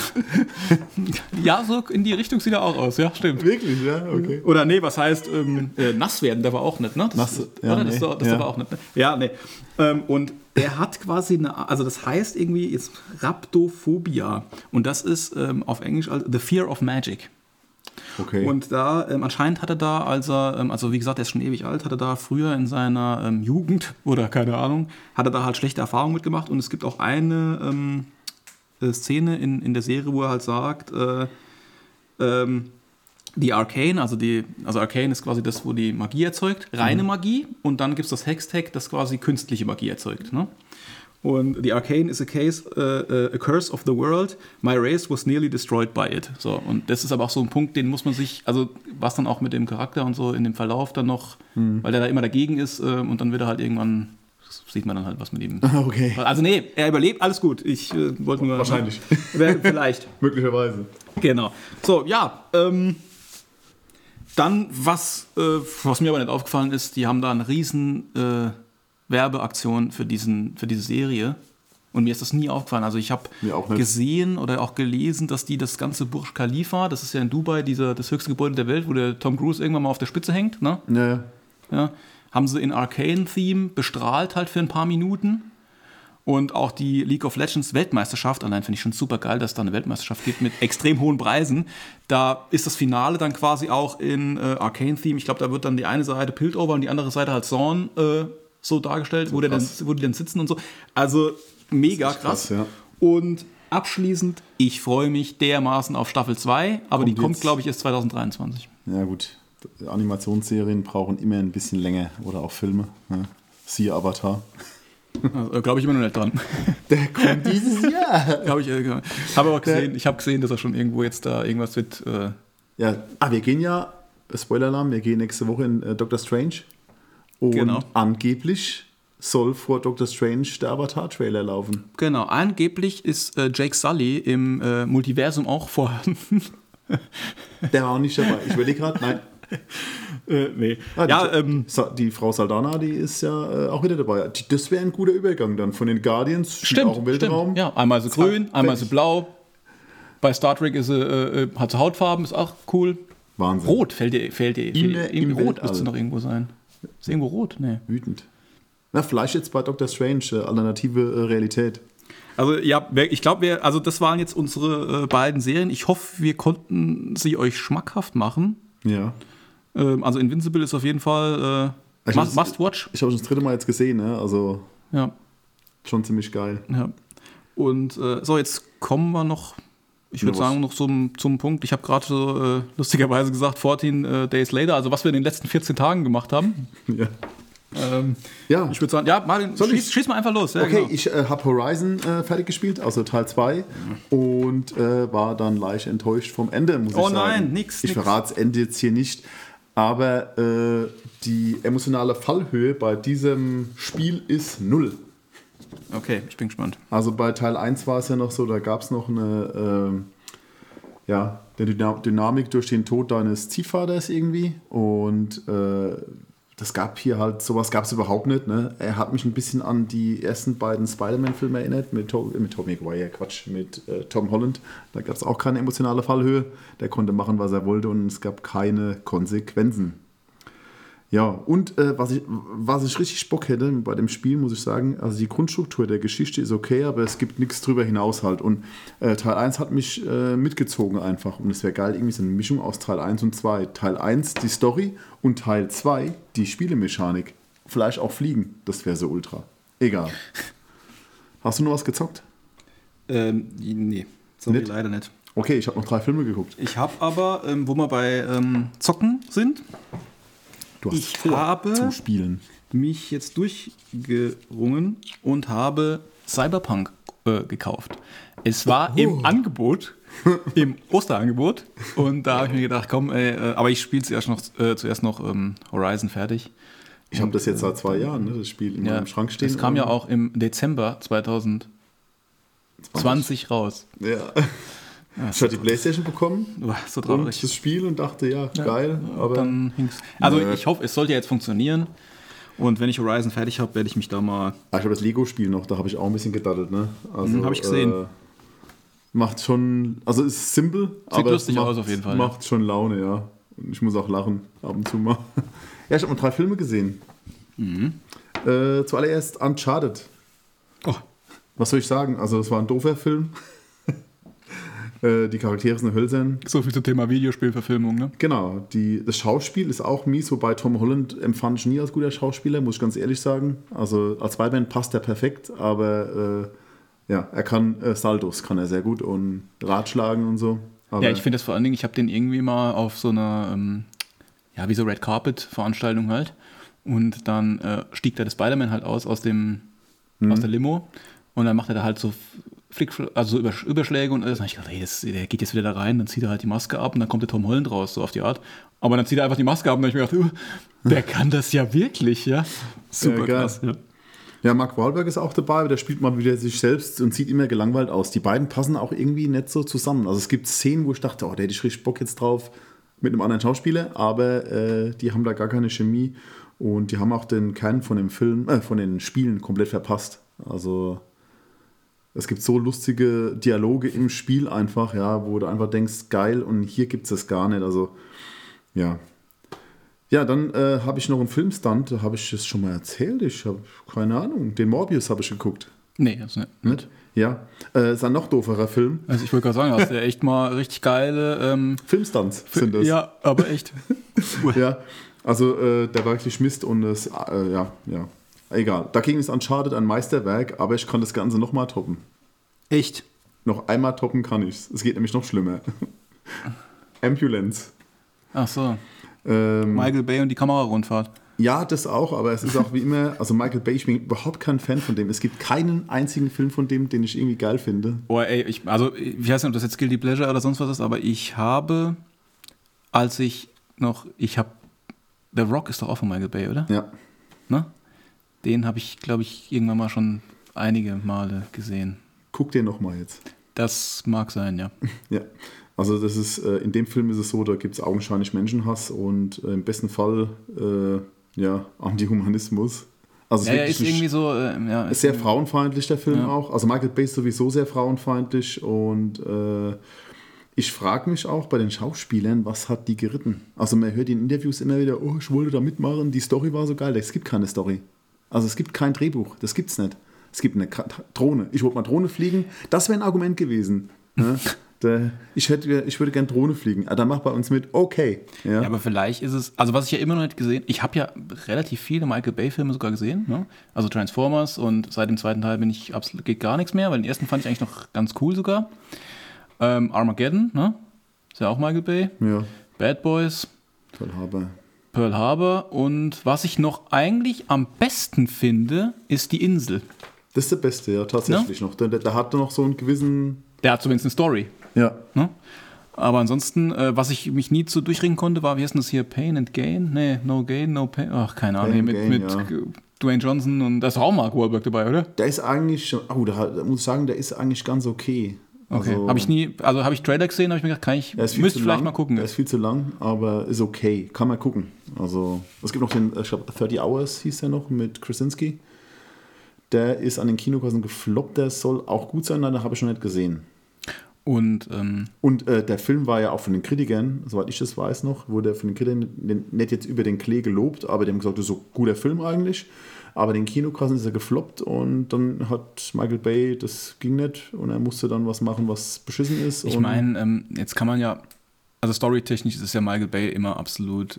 ja, so in die Richtung sieht er auch aus, ja, stimmt. Wirklich, ja, okay. Oder nee, was heißt ähm, äh, nass werden, der war auch nicht, ne? Das, Nass- ja, oder? Das, nee, war- das ja. war auch nicht, ne? Ja, nee. Ähm, und er hat quasi eine, also das heißt irgendwie jetzt Rhaptophobia. Und das ist ähm, auf Englisch also The Fear of Magic. Okay. Und da, ähm, anscheinend hat er da, als er, ähm, also wie gesagt, er ist schon ewig alt, hat er da früher in seiner ähm, Jugend oder keine Ahnung, hat er da halt schlechte Erfahrungen mitgemacht. Und es gibt auch eine ähm, äh, Szene in, in der Serie, wo er halt sagt, äh, ähm, die Arcane, also die, also Arcane ist quasi das, wo die Magie erzeugt, reine mhm. Magie, und dann gibt es das Hextech, das quasi künstliche Magie erzeugt. Ne? Und die Arcane is a case, uh, uh, a curse of the world. My race was nearly destroyed by it. So, und das ist aber auch so ein Punkt, den muss man sich, also was dann auch mit dem Charakter und so in dem Verlauf dann noch, mhm. weil der da immer dagegen ist, äh, und dann wird er halt irgendwann, sieht man dann halt, was mit ihm. Okay. Also nee, er überlebt, alles gut. Ich äh, wollte nur. Wahrscheinlich. Vielleicht. Möglicherweise. Genau. So, ja, ähm. Dann, was, äh, was mir aber nicht aufgefallen ist, die haben da eine riesen äh, Werbeaktion für, diesen, für diese Serie. Und mir ist das nie aufgefallen. Also ich habe gesehen oder auch gelesen, dass die das ganze Burj Khalifa, das ist ja in Dubai dieser, das höchste Gebäude der Welt, wo der Tom Cruise irgendwann mal auf der Spitze hängt, ne? Ja, ja. Ja, haben sie in Arcane-Theme bestrahlt halt für ein paar Minuten. Und auch die League of Legends Weltmeisterschaft, allein finde ich schon super geil, dass es da eine Weltmeisterschaft gibt mit extrem hohen Preisen. Da ist das Finale dann quasi auch in äh, Arcane-Theme. Ich glaube, da wird dann die eine Seite Piltover und die andere Seite halt Zorn äh, so dargestellt, so wo, der dann, wo die dann sitzen und so. Also mega krass. krass ja. Und abschließend, ich freue mich dermaßen auf Staffel zwei, aber kommt die kommt, glaube ich, erst zwanzig dreiundzwanzig. Ja gut, Animationsserien brauchen immer ein bisschen länger oder auch Filme. Ja. Siehe Avatar. Also, glaube ich immer noch nicht dran. Der kommt dieses Jahr. Habe ich äh, habe aber gesehen, ich habe gesehen, dass er schon irgendwo jetzt da irgendwas mit. Äh ja, ah, wir gehen ja, Spoiler-Alarm, wir gehen nächste Woche in äh, Doctor Strange. Und genau. angeblich soll vor Doctor Strange der Avatar-Trailer laufen. Genau, angeblich ist äh, Jake Sully im äh, Multiversum auch vorhanden. Der war auch nicht dabei. Ich überlege gerade, nein. Äh, nee. Ah, die, ja, ähm, die Frau Saldana, die ist ja äh, auch wieder dabei. Das wäre ein guter Übergang dann von den Guardians, stimmt, auch im Weltraum. Stimmt. Ja, einmal so grün, einmal so blau. Bei Star Trek ist sie, äh, hat sie Hautfarben, ist auch cool. Wahnsinn. Rot fällt dir, fällt dir irgendwie rot müsste es noch irgendwo sein. Ist irgendwo rot? Nee. Wütend. Na, vielleicht jetzt bei Doctor Strange, äh, alternative äh, Realität. Also ja, ich glaube, also das waren jetzt unsere äh, beiden Serien. Ich hoffe, wir konnten sie euch schmackhaft machen. Ja. Also Invincible ist auf jeden Fall äh, must, must watch. Ich habe es das dritte Mal jetzt gesehen, ne? Also ja. Schon ziemlich geil. Ja. Und äh, so, jetzt kommen wir noch, ich würde ja, sagen, noch zum, zum Punkt. Ich habe gerade so äh, lustigerweise gesagt, vierzehn äh, Days Later, also was wir in den letzten vierzehn Tagen gemacht haben. Ja. Ähm, ja. Ich würde sagen, ja, Martin, schieß, schieß mal einfach los. Ja, okay, genau. ich äh, habe Horizon äh, fertig gespielt, also Teil zwei, mhm. und äh, war dann leicht enttäuscht vom Ende, muss oh, ich sagen. Oh nein, nix. Ich verrate das Ende jetzt hier nicht. Aber äh, die emotionale Fallhöhe bei diesem Spiel ist null. Okay, ich bin gespannt. Also bei Teil eins war es ja noch so, da gab es noch eine, äh, ja, eine Dynamik durch den Tod deines Ziehvaters irgendwie. Und äh, das gab hier halt, sowas gab es überhaupt nicht. Ne? Er hat mich ein bisschen an die ersten beiden Spider-Man-Filme erinnert, mit, to- mit Tobey Maguire, Quatsch, mit äh, Tom Holland. Da gab es auch keine emotionale Fallhöhe. Der konnte machen, was er wollte, und es gab keine Konsequenzen. Ja, und äh, was, ich, was ich richtig Bock hätte bei dem Spiel, muss ich sagen, also die Grundstruktur der Geschichte ist okay, aber es gibt nichts drüber hinaus halt. Und äh, Teil eins hat mich äh, mitgezogen einfach. Und es wäre geil, irgendwie so eine Mischung aus Teil eins und zwei. Teil eins die Story und Teil zwei die Spielemechanik. Vielleicht auch Fliegen, das wäre so ultra. Egal. Hast du noch was gezockt? Ähm, nee, sorry, nicht? Leider nicht. Okay, ich habe noch drei Filme geguckt. Ich habe aber, ähm, wo wir bei ähm, Zocken sind, du hast ich habe zum Spielen. mich jetzt durchgerungen und habe Cyberpunk äh, gekauft. Es war oh. im Angebot, im Osterangebot, und da habe ich mir gedacht, komm, ey, äh, aber ich spiele zuerst noch, äh, zuerst noch ähm, Horizon fertig. Ich habe das jetzt seit zwei Jahren, ne, das Spiel in ja, meinem Schrank stehen. Das kam ja auch im Dezember zwanzig zwanzig raus. Ja. Ja, ich habe die Playstation bekommen, so traurig. Und das Spiel, und dachte, ja, ja geil. Aber dann hing's. Also nö. Ich hoffe, es sollte jetzt funktionieren. Und wenn ich Horizon fertig habe, werde ich mich da mal... Ah, ich habe das Lego-Spiel noch, da habe ich auch ein bisschen gedaddelt. Ne? Also, mhm, habe ich gesehen. Äh, macht schon... Also ist simpel, sieht aber lustig es macht, aus auf jeden Fall. Macht ja. schon Laune, ja. Und ich muss auch lachen, ab und zu mal. Ja, ich habe mal drei Filme gesehen. Mhm. Äh, zuallererst Uncharted. Oh. Was soll ich sagen? Also es war ein doofer Film. äh, die Charaktere sind hölzern. So viel zum Thema Videospielverfilmung, ne? Genau, die, das Schauspiel ist auch mies, wobei Tom Holland empfand ich nie als guter Schauspieler, muss ich ganz ehrlich sagen. Also als Batman passt er perfekt, aber äh, ja, er kann äh, Saltos, kann er sehr gut und Ratschlagen und so. Aber ja, ich finde das vor allen Dingen, ich habe den irgendwie mal auf so einer, ähm, ja, wie so Red Carpet Veranstaltung halt. Und dann äh, stieg da der Spider-Man halt aus, aus dem, mhm. aus der Limo. Und dann macht er da halt so Flick, also so Überschläge und alles. Und ich dachte, hey, das, der geht jetzt wieder da rein, dann zieht er halt die Maske ab und dann kommt der Tom Holland raus, so auf die Art. Aber dann zieht er einfach die Maske ab und dann habe ich mir gedacht, uh, der kann das ja wirklich, ja. Super ja, krass, ja. Ja, Mark Wahlberg ist auch dabei, der spielt mal wieder sich selbst und sieht immer gelangweilt aus. Die beiden passen auch irgendwie nicht so zusammen. Also es gibt Szenen, wo ich dachte, oh, der hätte ich richtig Bock jetzt drauf mit einem anderen Schauspieler, aber äh, die haben da gar keine Chemie und die haben auch den Kern von dem Film, äh, von den Spielen komplett verpasst. Also es gibt so lustige Dialoge im Spiel einfach, ja, wo du einfach denkst, geil, und hier gibt es das gar nicht. Also ja. Ja, dann äh, habe ich noch einen Filmstunt, da habe ich das schon mal erzählt, ich habe keine Ahnung, den Morbius habe ich geguckt. Nee, das nicht. Nicht? Ja, äh, ist ein noch dooferer Film. Also ich wollte gerade sagen, hast du ja echt mal richtig geile ähm, Filmstunts sind das. Ja, aber echt. Ja, also äh, der war wirklich Mist und es, äh, ja, ja, egal. Dagegen ist Uncharted ein Meisterwerk, aber ich kann das Ganze nochmal toppen. Echt? Noch einmal toppen kann ich's. Es geht nämlich noch schlimmer. Ambulance. Ach so. Ähm, Michael Bay und die Kamerarundfahrt. Ja, das auch, aber es ist auch wie immer, also Michael Bay, ich bin überhaupt kein Fan von dem. Es gibt keinen einzigen Film von dem, den ich irgendwie geil finde. Oh, ey, ich, also ich weiß nicht, ob das jetzt Guilty Pleasure oder sonst was ist, aber ich habe, als ich noch, ich habe, The Rock ist doch auch von Michael Bay, oder? Ja. Ne? Den habe ich, glaube ich, irgendwann mal schon einige Male gesehen. Guck den nochmal jetzt. Das mag sein, ja. Ja. Also das ist, äh, in dem Film ist es so, da gibt es augenscheinlich Menschenhass und äh, im besten Fall äh, ja, Antihumanismus. Also ja, ja, ist irgendwie so... Äh, ja, ist sehr frauenfeindlich, der Film ja. auch. Also Michael Bay ist sowieso sehr frauenfeindlich und äh, ich frage mich auch bei den Schauspielern, was hat die geritten? Also man hört in Interviews immer wieder, oh, ich wollte da mitmachen, die Story war so geil. Es gibt keine Story. Also es gibt kein Drehbuch, das gibt's nicht. Es gibt eine Drohne. Ich wollte mal Drohne fliegen, das wäre ein Argument gewesen. Ne? Ich, hätte, ich würde gerne Drohne fliegen. Ah, dann mach bei uns mit, okay. Ja. Ja, aber vielleicht ist es, also was ich ja immer noch nicht gesehen, ich habe ja relativ viele Michael Bay-Filme sogar gesehen, ne? Also Transformers, und seit dem zweiten Teil bin ich absolut, geht gar nichts mehr, weil den ersten fand ich eigentlich noch ganz cool sogar. Ähm, Armageddon, ne? Ist ja auch Michael Bay. Ja. Bad Boys. Pearl Harbor. Pearl Harbor. Und was ich noch eigentlich am besten finde, ist Die Insel. Das ist der Beste, ja, tatsächlich ja? noch. Der, der hat noch so einen gewissen... Der hat zumindest eine Story. Ja. Ne? Aber ansonsten, äh, was ich mich nie zu durchringen konnte, war, wie heißt das hier, Pain and Gain? Nee, No Gain, No Pain. Ach, keine Ahnung. Mit, Gain, mit ja. Dwayne Johnson, und da ist auch Mark Wahlberg dabei, oder? Der ist eigentlich, oh, da, da muss ich sagen, der ist eigentlich ganz okay. Okay. Also, habe ich nie, also habe ich Trailer gesehen, habe ich mir gedacht, kann ich, müsste ich vielleicht lang, mal gucken. Der ist viel zu lang, aber ist okay. Kann man gucken. Also, es gibt noch den, ich glaube, thirty Hours hieß der noch mit Krasinski. Der ist an den Kinokassen gefloppt, der soll auch gut sein, den habe ich schon nicht gesehen. Und, ähm, und äh, der Film war ja auch von den Kritikern, soweit ich das weiß noch, wurde von den Kritikern nicht jetzt über den Klee gelobt, aber die haben gesagt, das ist so ein guter Film eigentlich. Aber den Kinokassen ist er gefloppt und dann hat Michael Bay, das ging nicht, und er musste dann was machen, was beschissen ist. Ich meine, ähm, jetzt kann man ja, also storytechnisch ist ja Michael Bay immer absolut, äh,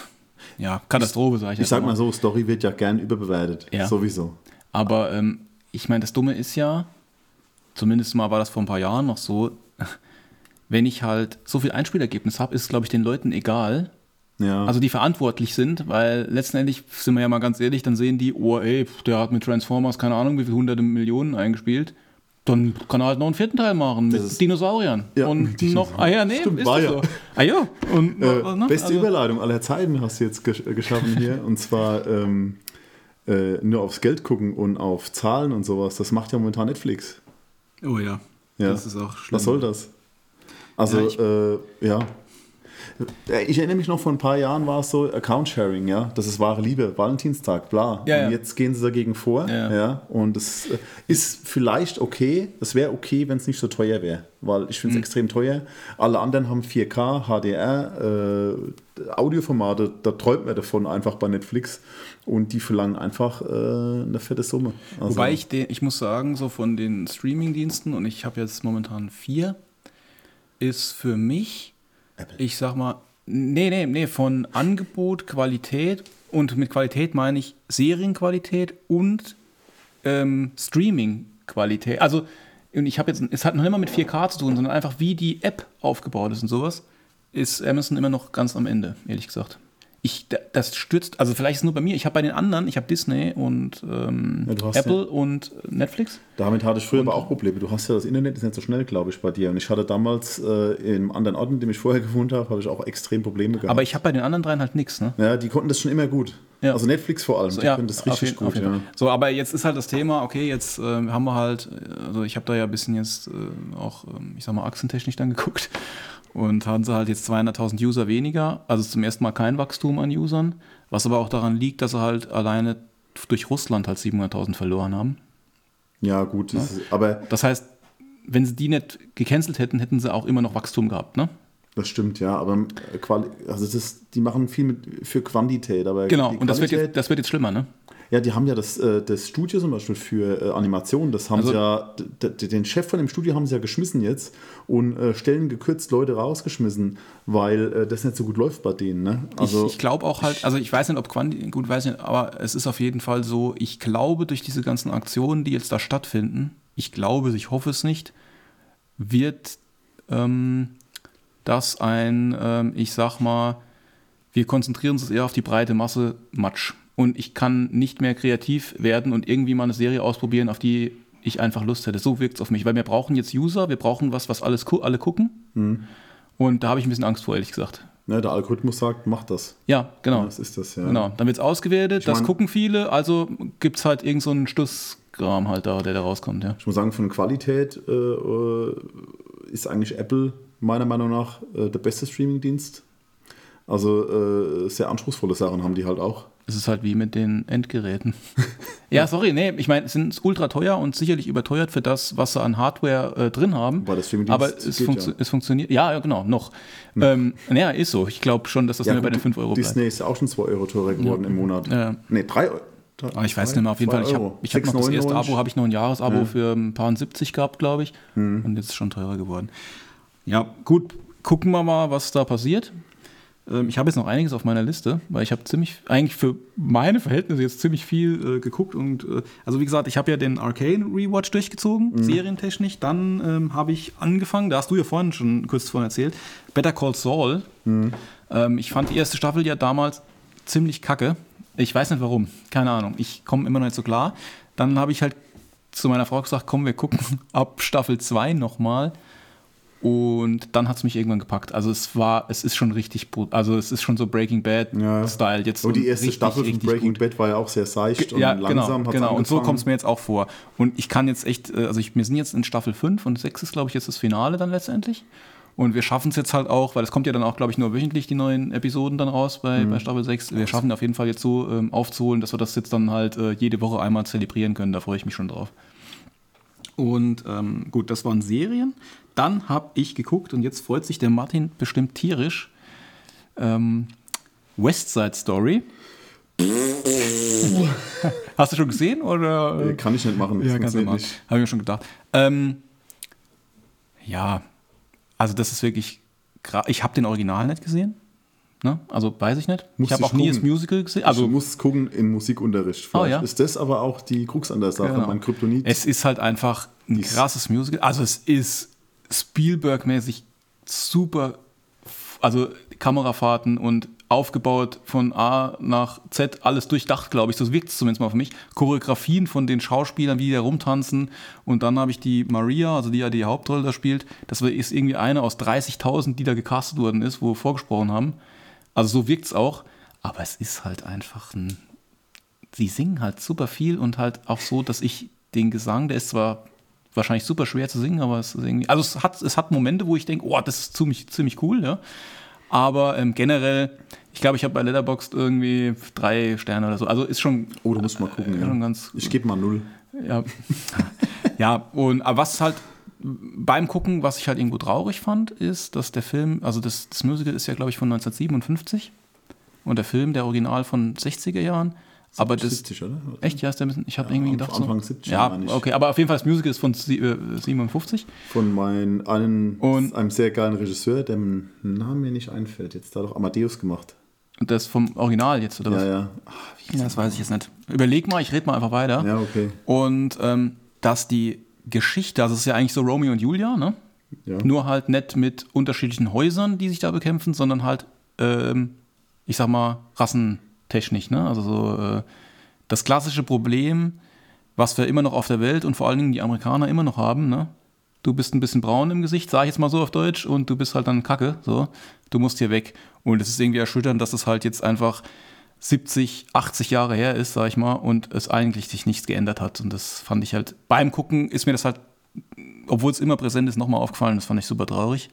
ja, Katastrophe, sage ich Ich sag mal so, Story wird ja gern überbewertet, ja. Sowieso. Aber ähm, ich meine, das Dumme ist ja, zumindest mal war das vor ein paar Jahren noch so, wenn ich halt so viel Einspielergebnis habe, ist es, glaube ich, den Leuten egal, ja. Also die verantwortlich sind, weil letztendlich, sind wir ja mal ganz ehrlich, dann sehen die, oh ey, der hat mit Transformers keine Ahnung wie viele hunderte Millionen eingespielt, dann kann er halt noch einen vierten Teil machen mit das Dinosauriern. Ja, und noch, ah ja, nee, Stimmt, ist war das ja. so. Ah ja. Und, äh, ne? Beste also, Überleitung aller Zeiten hast du jetzt gesch- geschaffen hier, und zwar ähm, äh, nur aufs Geld gucken und auf Zahlen und sowas, das macht ja momentan Netflix. Oh ja, ja. Das ist auch schlimm. Was soll das? Also, ja, ich, äh, ja. Ich erinnere mich noch, vor ein paar Jahren war es so, Account-Sharing, ja, das ist wahre Liebe, Valentinstag, bla. Ja, und ja. jetzt gehen sie dagegen vor, ja. ja, und es ist vielleicht okay, es wäre okay, wenn es nicht so teuer wäre, weil ich finde es mhm. extrem teuer. Alle anderen haben vier K, H D R, äh, Audioformate, da träumt man davon einfach bei Netflix, und die verlangen einfach äh, eine fette Summe. Also, wobei ich, den, ich muss sagen, so von den Streaming-Diensten, und ich habe jetzt momentan vier, ist für mich, Apple. ich sag mal, nee, nee, nee, von Angebot, Qualität und mit Qualität meine ich Serienqualität und ähm, Streaming-Qualität. Also, und ich habe jetzt, es hat noch nicht mal mit vier K zu tun, sondern einfach wie die App aufgebaut ist und sowas, ist Amazon immer noch ganz am Ende, ehrlich gesagt. Ich, das stürzt, also vielleicht ist es nur bei mir, ich habe bei den anderen, ich habe Disney und ähm, Ja, du hast Apple ja- und Netflix. Damit hatte ich früher aber auch Probleme. Du hast ja das Internet ist nicht so schnell, glaube ich, bei dir. Und ich hatte damals äh, in einem anderen Ort, in dem ich vorher gewohnt habe, habe ich auch extrem Probleme gehabt. Aber ich habe bei den anderen dreien halt nichts, ne? ja, die konnten das schon immer gut. Ja. Also Netflix vor allem, die Ja, können das auf richtig jeden- auf gut. jeden Ja. Fall. So, aber jetzt ist halt das Thema, okay, jetzt äh, haben wir halt, also ich habe da ja ein bisschen jetzt äh, auch, ähm, ich sag mal, achsentechnisch dann geguckt und haben sie halt jetzt zweihunderttausend User weniger, also zum ersten Mal kein Wachstum an Usern, was aber auch daran liegt, dass sie halt alleine durch Russland halt siebenhunderttausend verloren haben. Ja, gut. Das ist, aber Das heißt, wenn sie die nicht gecancelt hätten, hätten sie auch immer noch Wachstum gehabt, ne? das stimmt, ja. Aber äh, Quali also das, die machen viel mit, für Quantität. Aber Genau, die und das wird, Qualität- jetzt, das wird jetzt schlimmer, ne? Ja, die haben ja das, äh, das Studio zum Beispiel für äh, Animation, das haben Also- sie ja, d- d- den Chef von dem Studio haben sie ja geschmissen jetzt und äh, Stellen gekürzt, Leute rausgeschmissen, weil äh, das nicht so gut läuft bei denen. Ne? Also, ich ich glaube auch halt, also ich weiß nicht, ob Quanti, gut, weiß nicht, aber es ist auf jeden Fall so, ich glaube, durch diese ganzen Aktionen, die jetzt da stattfinden, ich glaube, ich hoffe es nicht, wird ähm, das ein, ähm, ich sag mal, wir konzentrieren uns eher auf die breite Masse Matsch. Und ich kann nicht mehr kreativ werden und irgendwie mal eine Serie ausprobieren, auf die ich einfach Lust hätte. So wirkt es auf mich, weil wir brauchen jetzt User, wir brauchen was, was alles gu- alle gucken. Mhm. Und da habe ich ein bisschen Angst vor, ehrlich gesagt. ne, der Algorithmus sagt, mach das. Ja, genau. Ja, das ist das, ja. Genau, dann wird es ausgewertet, Ich das mein- gucken viele, also gibt es halt irgend so einen Stussgram halt da, der da rauskommt, ja. Ich muss sagen, von Qualität äh, äh, ist eigentlich Apple meiner Meinung nach äh, der beste Streamingdienst. Also äh, sehr anspruchsvolle Sachen haben die halt auch. Es ist halt wie mit den Endgeräten. ja, sorry, nee, ich meine, es sind ultra teuer und sicherlich überteuert für das, was sie an Hardware äh, drin haben. Weil das Streamingdienst Aber es, geht, funktio- ja. es funktioniert, ja, ja, genau, noch. Ähm, naja, ist so. Ich glaube schon, dass das Ja, nur bei gut, den fünf Euro Disney ist ja auch schon zwei Euro teurer geworden im Monat. Ja. Nee, drei Euro. Aber ich weiß nicht mehr, auf jeden Fall. Ich habe ich hab noch das erste Abo, habe ich noch ein Jahresabo Ja. für ein paar siebzig gehabt, glaube ich. Mhm. Und jetzt ist es schon teurer geworden. Ja, gut, gucken wir mal, was da passiert. Ähm, ich habe jetzt noch einiges auf meiner Liste, weil ich habe ziemlich, eigentlich für meine Verhältnisse jetzt ziemlich viel äh, geguckt. Und äh, also wie gesagt, ich habe ja den Arcane Rewatch durchgezogen, Mhm. serientechnisch. Dann ähm, habe ich angefangen, da hast du ja vorhin schon kurz davon erzählt, Better Call Saul. Mhm. Ähm, ich fand die erste Staffel ja damals ziemlich kacke. Ich weiß nicht warum, keine Ahnung. Ich komme immer noch nicht so klar. Dann habe ich halt zu meiner Frau gesagt, komm, wir gucken ab Staffel zwei nochmal. Und dann hat es mich irgendwann gepackt. Also es war, es ist schon richtig, brut- also es ist schon so Breaking Bad-Style. Ja. Jetzt Und die so erste richtig, Staffel von richtig Breaking gut. Bad war ja auch sehr seicht und Ja, langsam genau, hat's genau. Und so angefangen. kommt es mir jetzt auch vor. Und ich kann jetzt echt, äh, also ich, wir sind jetzt in Staffel fünf und sechs ist, glaube ich, jetzt das Finale dann letztendlich. Und wir schaffen es jetzt halt auch, weil es kommt ja dann auch, glaube ich, nur wöchentlich die neuen Episoden dann raus bei, Mhm. bei Staffel sechs. Wir schaffen auf jeden Fall jetzt so ähm, aufzuholen, dass wir das jetzt dann halt äh, jede Woche einmal zelebrieren können. Da freue ich mich schon drauf. Und ähm, gut, das waren Serien. Dann habe ich geguckt und jetzt freut sich der Martin bestimmt tierisch. Ähm, West Side Story. Hast du schon gesehen? Oder? Äh, Kann ich nicht machen. das Ja, ganz funktioniert normal. nicht. Habe ich mir schon gedacht. Ähm, ja, also das ist wirklich. gra- Ich habe den Original nicht gesehen. Ne? Also weiß ich nicht. Musst ich habe du auch nie das gucken. Musical gesehen. Also, Also du musst gucken in Musikunterricht. Vielleicht Oh, ja. ist das aber auch die Krux an der Sache, Genau. mein Kryptonit. es ist halt einfach ein Dies- krasses Musical. Also es ist Spielberg-mäßig super. Also Kamerafahrten und aufgebaut von A nach Z, alles durchdacht, glaube ich. So wirkt es zumindest mal für mich. Choreografien von den Schauspielern, wie die da rumtanzen. Und dann habe ich die Maria, also die ja die Hauptrolle da spielt. Das ist irgendwie eine aus dreißigtausend, die da gecastet worden ist, wo wir vorgesprochen haben. Also so wirkt es auch. Aber es ist halt einfach ein... Sie singen halt super viel und halt auch so, dass ich den Gesang, der ist zwar wahrscheinlich super schwer zu singen, aber es ist irgendwie... Also es hat, es hat Momente, wo ich denke, oh, das ist ziemlich, ziemlich cool, ja. Aber ähm, generell, ich glaube, ich habe bei Letterboxd irgendwie drei Sterne oder so. Also ist schon, Oh, du musst mal gucken. äh, ja. schon ganz. Ich gebe mal null. Ja, ja, und aber was halt beim Gucken, was ich halt irgendwo traurig fand, ist, dass der Film, also das, das Musical ist ja, glaube ich, von neunzehnhundertsiebenundfünfzig und der Film, der Original von sechziger Jahren. Aber das, siebzig, oder? echt, ja, ist der ein bisschen, ich habe Ja, irgendwie gedacht Anfang so. siebzig, Ja, meine ich. okay, aber auf jeden Fall das Musical ist von sie- äh, siebenundfünfzig. Von mein, einem, Und- einem sehr geilen Regisseur, dem Name mir nicht einfällt. Jetzt hat er doch Amadeus gemacht. Und das vom Original jetzt, oder was? Ja, ja. Ach, wie Ja, das weiß ich jetzt nicht. Überleg mal, ich rede mal einfach weiter. Ja, okay. Und ähm, dass die Geschichte, also es ist ja eigentlich so Romeo und Julia, ne? Ja. Nur halt nicht mit unterschiedlichen Häusern, die sich da bekämpfen, sondern halt, ähm, ich sag mal, rassentechnisch, ne? Also so äh, das klassische Problem, was wir immer noch auf der Welt und vor allen Dingen die Amerikaner immer noch haben, ne? Du bist ein bisschen braun im Gesicht, sag ich jetzt mal so auf Deutsch, und du bist halt dann Kacke, so. Du musst hier weg. Und es ist irgendwie erschütternd, dass es halt jetzt einfach siebzig, achtzig Jahre her ist, sag ich mal, und es eigentlich sich nichts geändert hat. Und das fand ich halt, beim Gucken ist mir das halt, obwohl es immer präsent ist, nochmal aufgefallen. Das fand ich super traurig.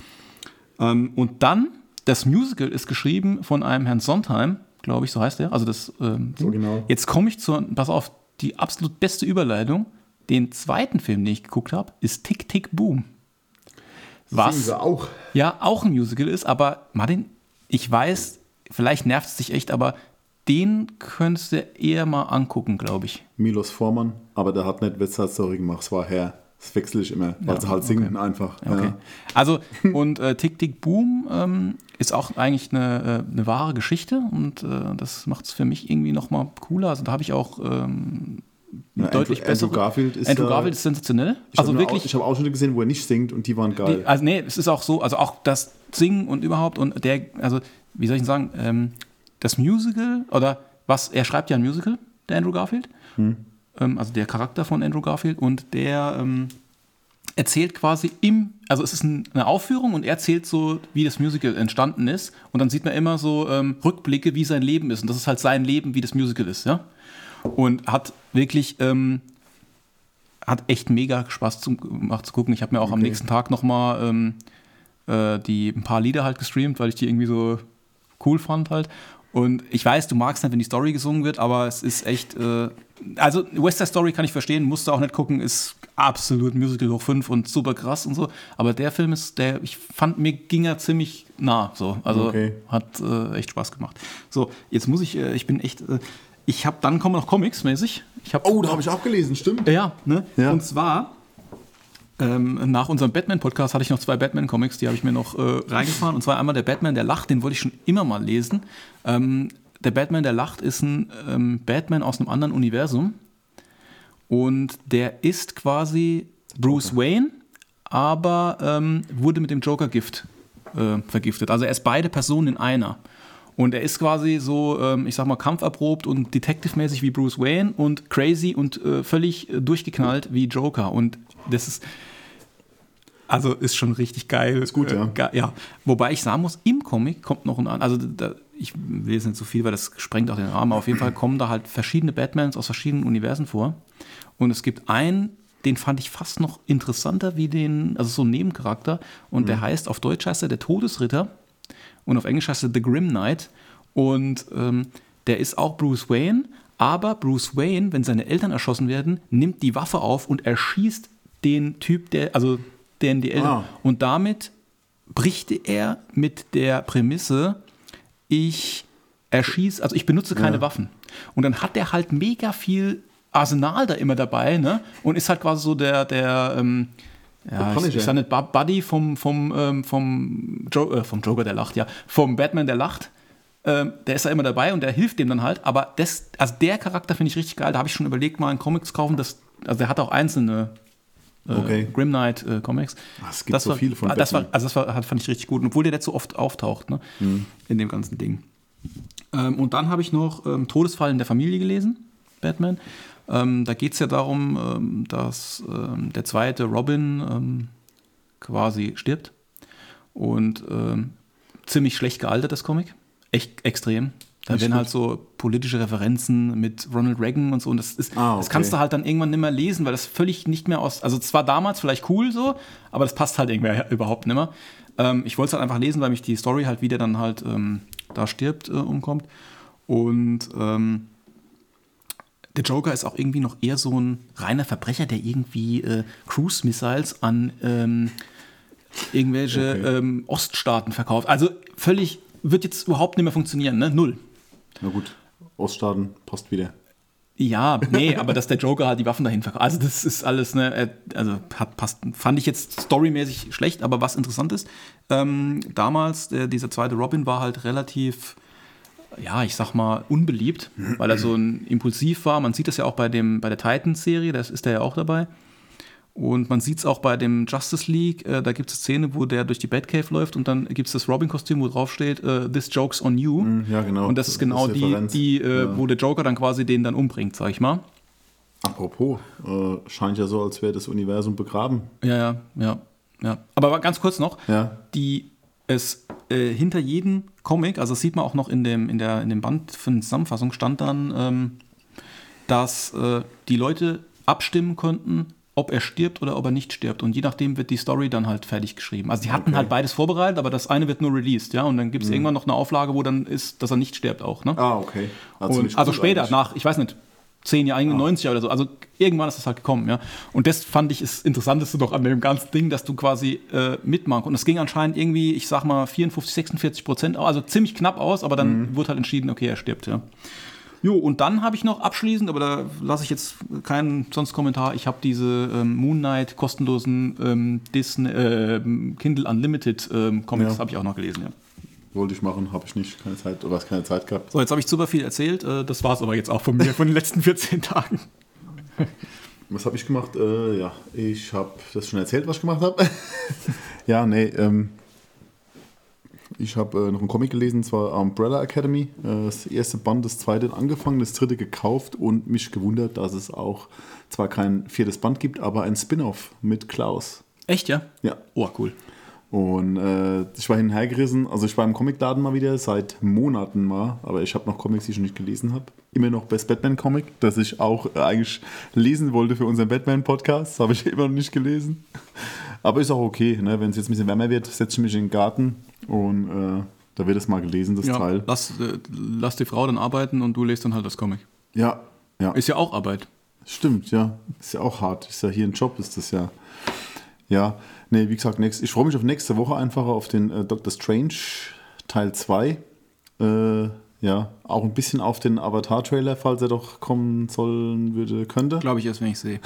Ähm, und dann, das Musical ist geschrieben von einem Herrn Sondheim, glaube ich, so heißt er. Also das, ähm, So genau. Jetzt komme ich zur, pass auf, die absolut beste Überleitung. Den zweiten Film, den ich geguckt habe, ist Tick, Tick, Boom. Singen Was sie auch. ja auch ein Musical ist, aber Martin, ich weiß, vielleicht nervt es dich echt, aber den könntest du eher mal angucken, glaube ich. Milos Forman, aber der hat nicht West Side Story gemacht. Es war Herr. Das wechsle ich immer, weil Ja, sie halt okay. singen einfach. Okay. Ja. Also, und äh, Tick, Tick, Boom ähm, ist auch eigentlich eine, äh, eine wahre Geschichte und äh, das macht es für mich irgendwie nochmal cooler. Also da habe ich auch ähm, Ja, deutlich Andrew, bessere. Andrew Garfield ist Andrew ja- Garfield ist sensationell. Ich Also habe wirklich. Auch, ich habe Ausschnitte gesehen, wo er nicht singt und die waren geil. Die, also nee, es ist auch so, also auch das Singen und überhaupt und der, also wie soll ich sagen, ähm, das Musical oder was, er schreibt ja ein Musical, der Andrew Garfield, Hm. ähm, also der Charakter von Andrew Garfield und der ähm, erzählt quasi im, also es ist ein, eine Aufführung und er erzählt so, wie das Musical entstanden ist und dann sieht man immer so ähm, Rückblicke, wie sein Leben ist und das ist halt sein Leben, wie das Musical ist, ja, und hat wirklich ähm, hat echt mega Spaß zu, gemacht zu gucken. Ich habe mir auch am Okay. nächsten Tag nochmal ähm, äh, die ein paar Lieder halt gestreamt, weil ich die irgendwie so cool fand halt. Und ich weiß, du magst nicht, wenn die Story gesungen wird, aber es ist echt, äh, also West Side Story kann ich verstehen, musst du auch nicht gucken, ist absolut Musical hoch fünf und super krass und so. Aber der Film ist, der, ich fand, mir ging er ziemlich nah, so. Also Okay. hat äh, echt Spaß gemacht. So, jetzt muss ich, äh, ich bin echt, äh, ich habe, dann kommen noch Comics mäßig. Ich hab, Oh, da habe ich auch gelesen, stimmt. ja, ne? Ja. Und zwar, ähm, nach unserem Batman-Podcast hatte ich noch zwei Batman-Comics, die habe ich mir noch äh, reingefahren. Und zwar einmal der Batman, der lacht, den wollte ich schon immer mal lesen. Ähm, der Batman, der lacht, ist ein ähm, Batman aus einem anderen Universum. Und der ist quasi Bruce Wayne, aber ähm, wurde mit dem Joker-Gift äh, vergiftet. Also er ist beide Personen in einer. Und er ist quasi so, ähm, ich sag mal, kampferprobt und detective-mäßig wie Bruce Wayne und crazy und äh, völlig äh, durchgeknallt wie Joker. Und das ist, also ist schon richtig geil. Ist gut, ja. Äh, ge- ja. Wobei ich sagen muss, im Comic kommt noch ein an, also da, ich will jetzt nicht so viel, weil das sprengt auch den Rahmen, aber auf jeden Fall kommen da halt verschiedene Batmans aus verschiedenen Universen vor. Und es gibt einen, den fand ich fast noch interessanter wie den, also so ein Nebencharakter. Und Mhm. der heißt, auf Deutsch heißt er der Todesritter. Und auf Englisch heißt er The Grim Knight. Und ähm, der ist auch Bruce Wayne. Aber Bruce Wayne, wenn seine Eltern erschossen werden, nimmt die Waffe auf und erschießt den Typ, der, also den die Eltern. Ah. Und damit bricht er mit der Prämisse, ich erschieße, also ich benutze keine Ja. Waffen. Und dann hat er halt mega viel Arsenal da immer dabei, ne? Und ist halt quasi so der, der, ähm, ja, ich, Punisher. ich sag nicht Bu- Buddy vom, vom, ähm, vom, jo äh, vom Joker, der lacht, ja, vom Batman, der lacht. Ähm, der ist da immer dabei und der hilft dem dann halt. Aber das, also der Charakter finde ich richtig geil. Da habe ich schon überlegt, mal einen Comic zu kaufen. Das, also der hat auch einzelne äh, Okay. Grim Knight äh, Comics. Ah, es gibt so war, viele von das war, Batman. Also das war, hat- fand ich richtig gut. Und obwohl der nicht so oft auftaucht, ne? In dem ganzen Ding. Ähm, und dann habe ich noch ähm, Todesfall in der Familie gelesen, Batman. Ähm, da geht es ja darum, ähm, dass ähm, der zweite Robin ähm, quasi stirbt. Und ähm, ziemlich schlecht gealtert, das Comic. Echt extrem. Da Nicht werden gut. halt so politische Referenzen mit Ronald Reagan und so. Und das, ist, Ah, das okay. kannst du halt dann irgendwann nicht mehr lesen, weil das völlig nicht mehr aus. Also, es war damals vielleicht cool so, aber das passt halt irgendwie überhaupt nicht mehr. Ähm, ich wollte es halt einfach lesen, weil mich die Story halt wieder dann halt ähm, da stirbt, äh, umkommt. Und ähm, der Joker ist auch irgendwie noch eher so ein reiner Verbrecher, der irgendwie äh, Cruise-Missiles an ähm, irgendwelche Okay. ähm, Oststaaten verkauft. Also völlig, wird jetzt überhaupt nicht mehr funktionieren, ne? Null. Na gut. Oststaaten, passt wieder. Ja, nee, aber dass der Joker halt die Waffen dahin verkauft. Also das ist alles, ne, also hat, passt, fand ich jetzt storymäßig schlecht, aber was interessant ist, ähm, damals, der, dieser zweite Robin war halt relativ, ja, ich sag mal, unbeliebt, weil er so ein impulsiv war. Man sieht das ja auch bei, dem, bei der Titans-Serie, da ist der ja auch dabei. Und man sieht es auch bei dem Justice League, äh, da gibt es eine Szene, wo der durch die Batcave läuft und dann gibt es das Robin-Kostüm, wo drauf steht, uh, this joke's on you. Ja, genau. Und das ist genau das ist die, die äh, ja. wo der Joker dann quasi den dann umbringt, sag ich mal. Apropos, äh, scheint ja so, als wäre das Universum begraben. Ja, ja, ja, ja. Aber ganz kurz noch, ja. die es äh, hinter jedem Comic, also das sieht man auch noch in dem, in der, in dem Band für eine Zusammenfassung, stand dann, ähm, dass äh, die Leute abstimmen konnten, ob er stirbt oder ob er nicht stirbt. Und je nachdem wird die Story dann halt fertig geschrieben. Also die hatten okay. halt beides vorbereitet, aber das eine wird nur released, ja. Und dann gibt es mhm. irgendwann noch eine Auflage, wo dann ist, dass er nicht stirbt auch, ne? Ah, okay. Also, und, also später, eigentlich. nach, ich weiß nicht, zehn Jahre, ah. neunzig Jahre oder so. Also irgendwann ist das halt gekommen, ja. Und das fand ich das Interessanteste doch an dem ganzen Ding, dass du quasi äh, mitmachst. Und es ging anscheinend irgendwie, ich sag mal, vierundfünfzig, sechsundvierzig Prozent, also ziemlich knapp aus, aber dann mhm. wurde halt entschieden, okay, er stirbt, ja. Jo, und dann habe ich noch abschließend, aber da lasse ich jetzt keinen sonst Kommentar, ich habe diese ähm, Moon Knight kostenlosen ähm, Disney, äh, Kindle Unlimited ähm, Comics, ja. habe ich auch noch gelesen, ja. Wollte ich machen, habe ich nicht, keine Zeit, oder hast keine Zeit gehabt. So, jetzt habe ich super viel erzählt, äh, das war es aber jetzt auch von mir, von den letzten vierzehn Tagen. Was habe ich gemacht? Äh, ja, ich habe das schon erzählt, was ich gemacht habe. ja, nee, ähm, ich habe äh, noch einen Comic gelesen, und zwar Umbrella Academy. Äh, das erste Band, das zweite angefangen, das dritte gekauft und mich gewundert, dass es auch zwar kein viertes Band gibt, aber ein Spin-off mit Klaus. Echt, ja? Ja. Oh, cool. Und äh, ich war hin und her gerissen. Also ich war im Comicladen mal wieder, seit Monaten mal, aber ich habe noch Comics, die ich noch nicht gelesen habe. Immer noch das Batman-Comic, das ich auch äh, eigentlich lesen wollte für unseren Batman-Podcast. Habe ich immer noch nicht gelesen. Aber ist auch okay, ne? Wenn es jetzt ein bisschen wärmer wird, setze ich mich in den Garten und äh, da wird es mal gelesen, das ja, Teil. Lass, äh, lass die Frau dann arbeiten und du lest dann halt das Comic. Ja, ja. Ist ja auch Arbeit. Stimmt, ja. Ist ja auch hart. Ist ja hier ein Job, ist das ja. Ja, nee, wie gesagt, nächst, ich freue mich auf nächste Woche einfach auf den äh, Doctor Strange Teil zwei. Äh, ja, auch ein bisschen auf den Avatar-Trailer, falls er doch kommen sollen würde, könnte. Glaube ich erst, wenn ich sehe.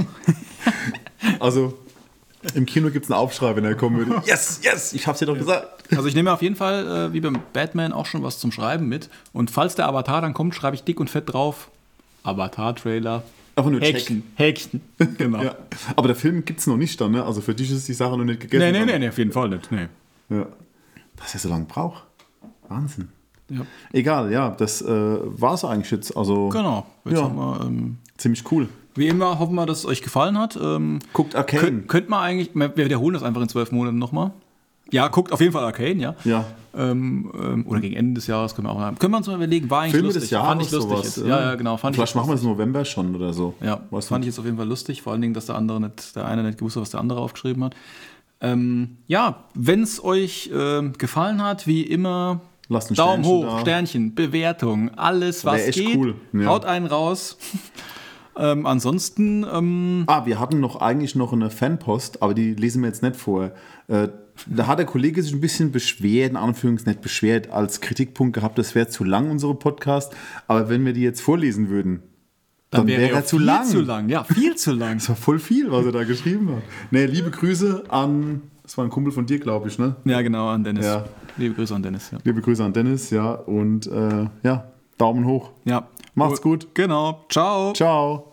Also, im Kino gibt es einen Aufschrei, wenn er kommen würde. Yes, yes, ich hab's dir doch gesagt. Also ich nehme auf jeden Fall, äh, wie beim Batman, auch schon was zum Schreiben mit. Und falls der Avatar dann kommt, schreibe ich dick und fett drauf, Avatar-Trailer. Einfach nur Häkchen, Häkchen, genau. Ja. Aber der Film gibt es noch nicht dann, ne? Also für dich ist die Sache noch nicht gegessen. Nee, nee, nee, nee, auf jeden Fall nicht. Nee. Ja. Dass er so lange braucht. Wahnsinn. Ja. Egal, ja, das äh, war es eigentlich jetzt. Also, genau. Jetzt ja. haben wir, ähm, ziemlich cool. Wie immer hoffen wir, dass es euch gefallen hat. Ähm, guckt Arcane. Könnt, könnt man eigentlich, wir wiederholen das einfach in zwölf Monaten nochmal. Ja, guckt auf jeden Fall Arcane, ja. Ja. Ähm, ähm, oder gegen Ende des Jahres können wir auch. Können wir uns mal überlegen, war eigentlich Filme lustig. des Jahres, fand ich lustig sowas, jetzt. ja. Ja, ja, genau. Fand Vielleicht ich machen wir es im November schon oder so. Ja, das fand ich jetzt auf jeden Fall lustig. Vor allen Dingen, dass der andere nicht, der eine nicht gewusst hat, was der andere aufgeschrieben hat. Ähm, ja, wenn es euch ähm, gefallen hat, wie immer, lasst ein Daumen Sternchen hoch, da. Sternchen, Bewertung, alles was Wär echt geht. Cool. Ja. Haut einen raus. ähm, ansonsten. Ähm, ah, wir hatten noch eigentlich noch eine Fanpost, aber die lesen wir jetzt nicht vor. Äh, da hat der Kollege sich ein bisschen beschwert, in Anführungszeichen nicht beschwert, als Kritikpunkt gehabt, das wäre zu lang, unsere Podcast. Aber wenn wir die jetzt vorlesen würden, dann, dann wäre wär er zu viel lang. zu lang. Ja, viel zu lang. Das war voll viel, was er da geschrieben hat. Nee, liebe Grüße an, das war ein Kumpel von dir, glaube ich, ne? Ja, genau, an Dennis. Ja. Liebe Grüße an Dennis. Ja. Liebe Grüße an Dennis, ja. Und äh, ja, Daumen hoch. Ja. Macht's gut. Genau. Ciao. Ciao.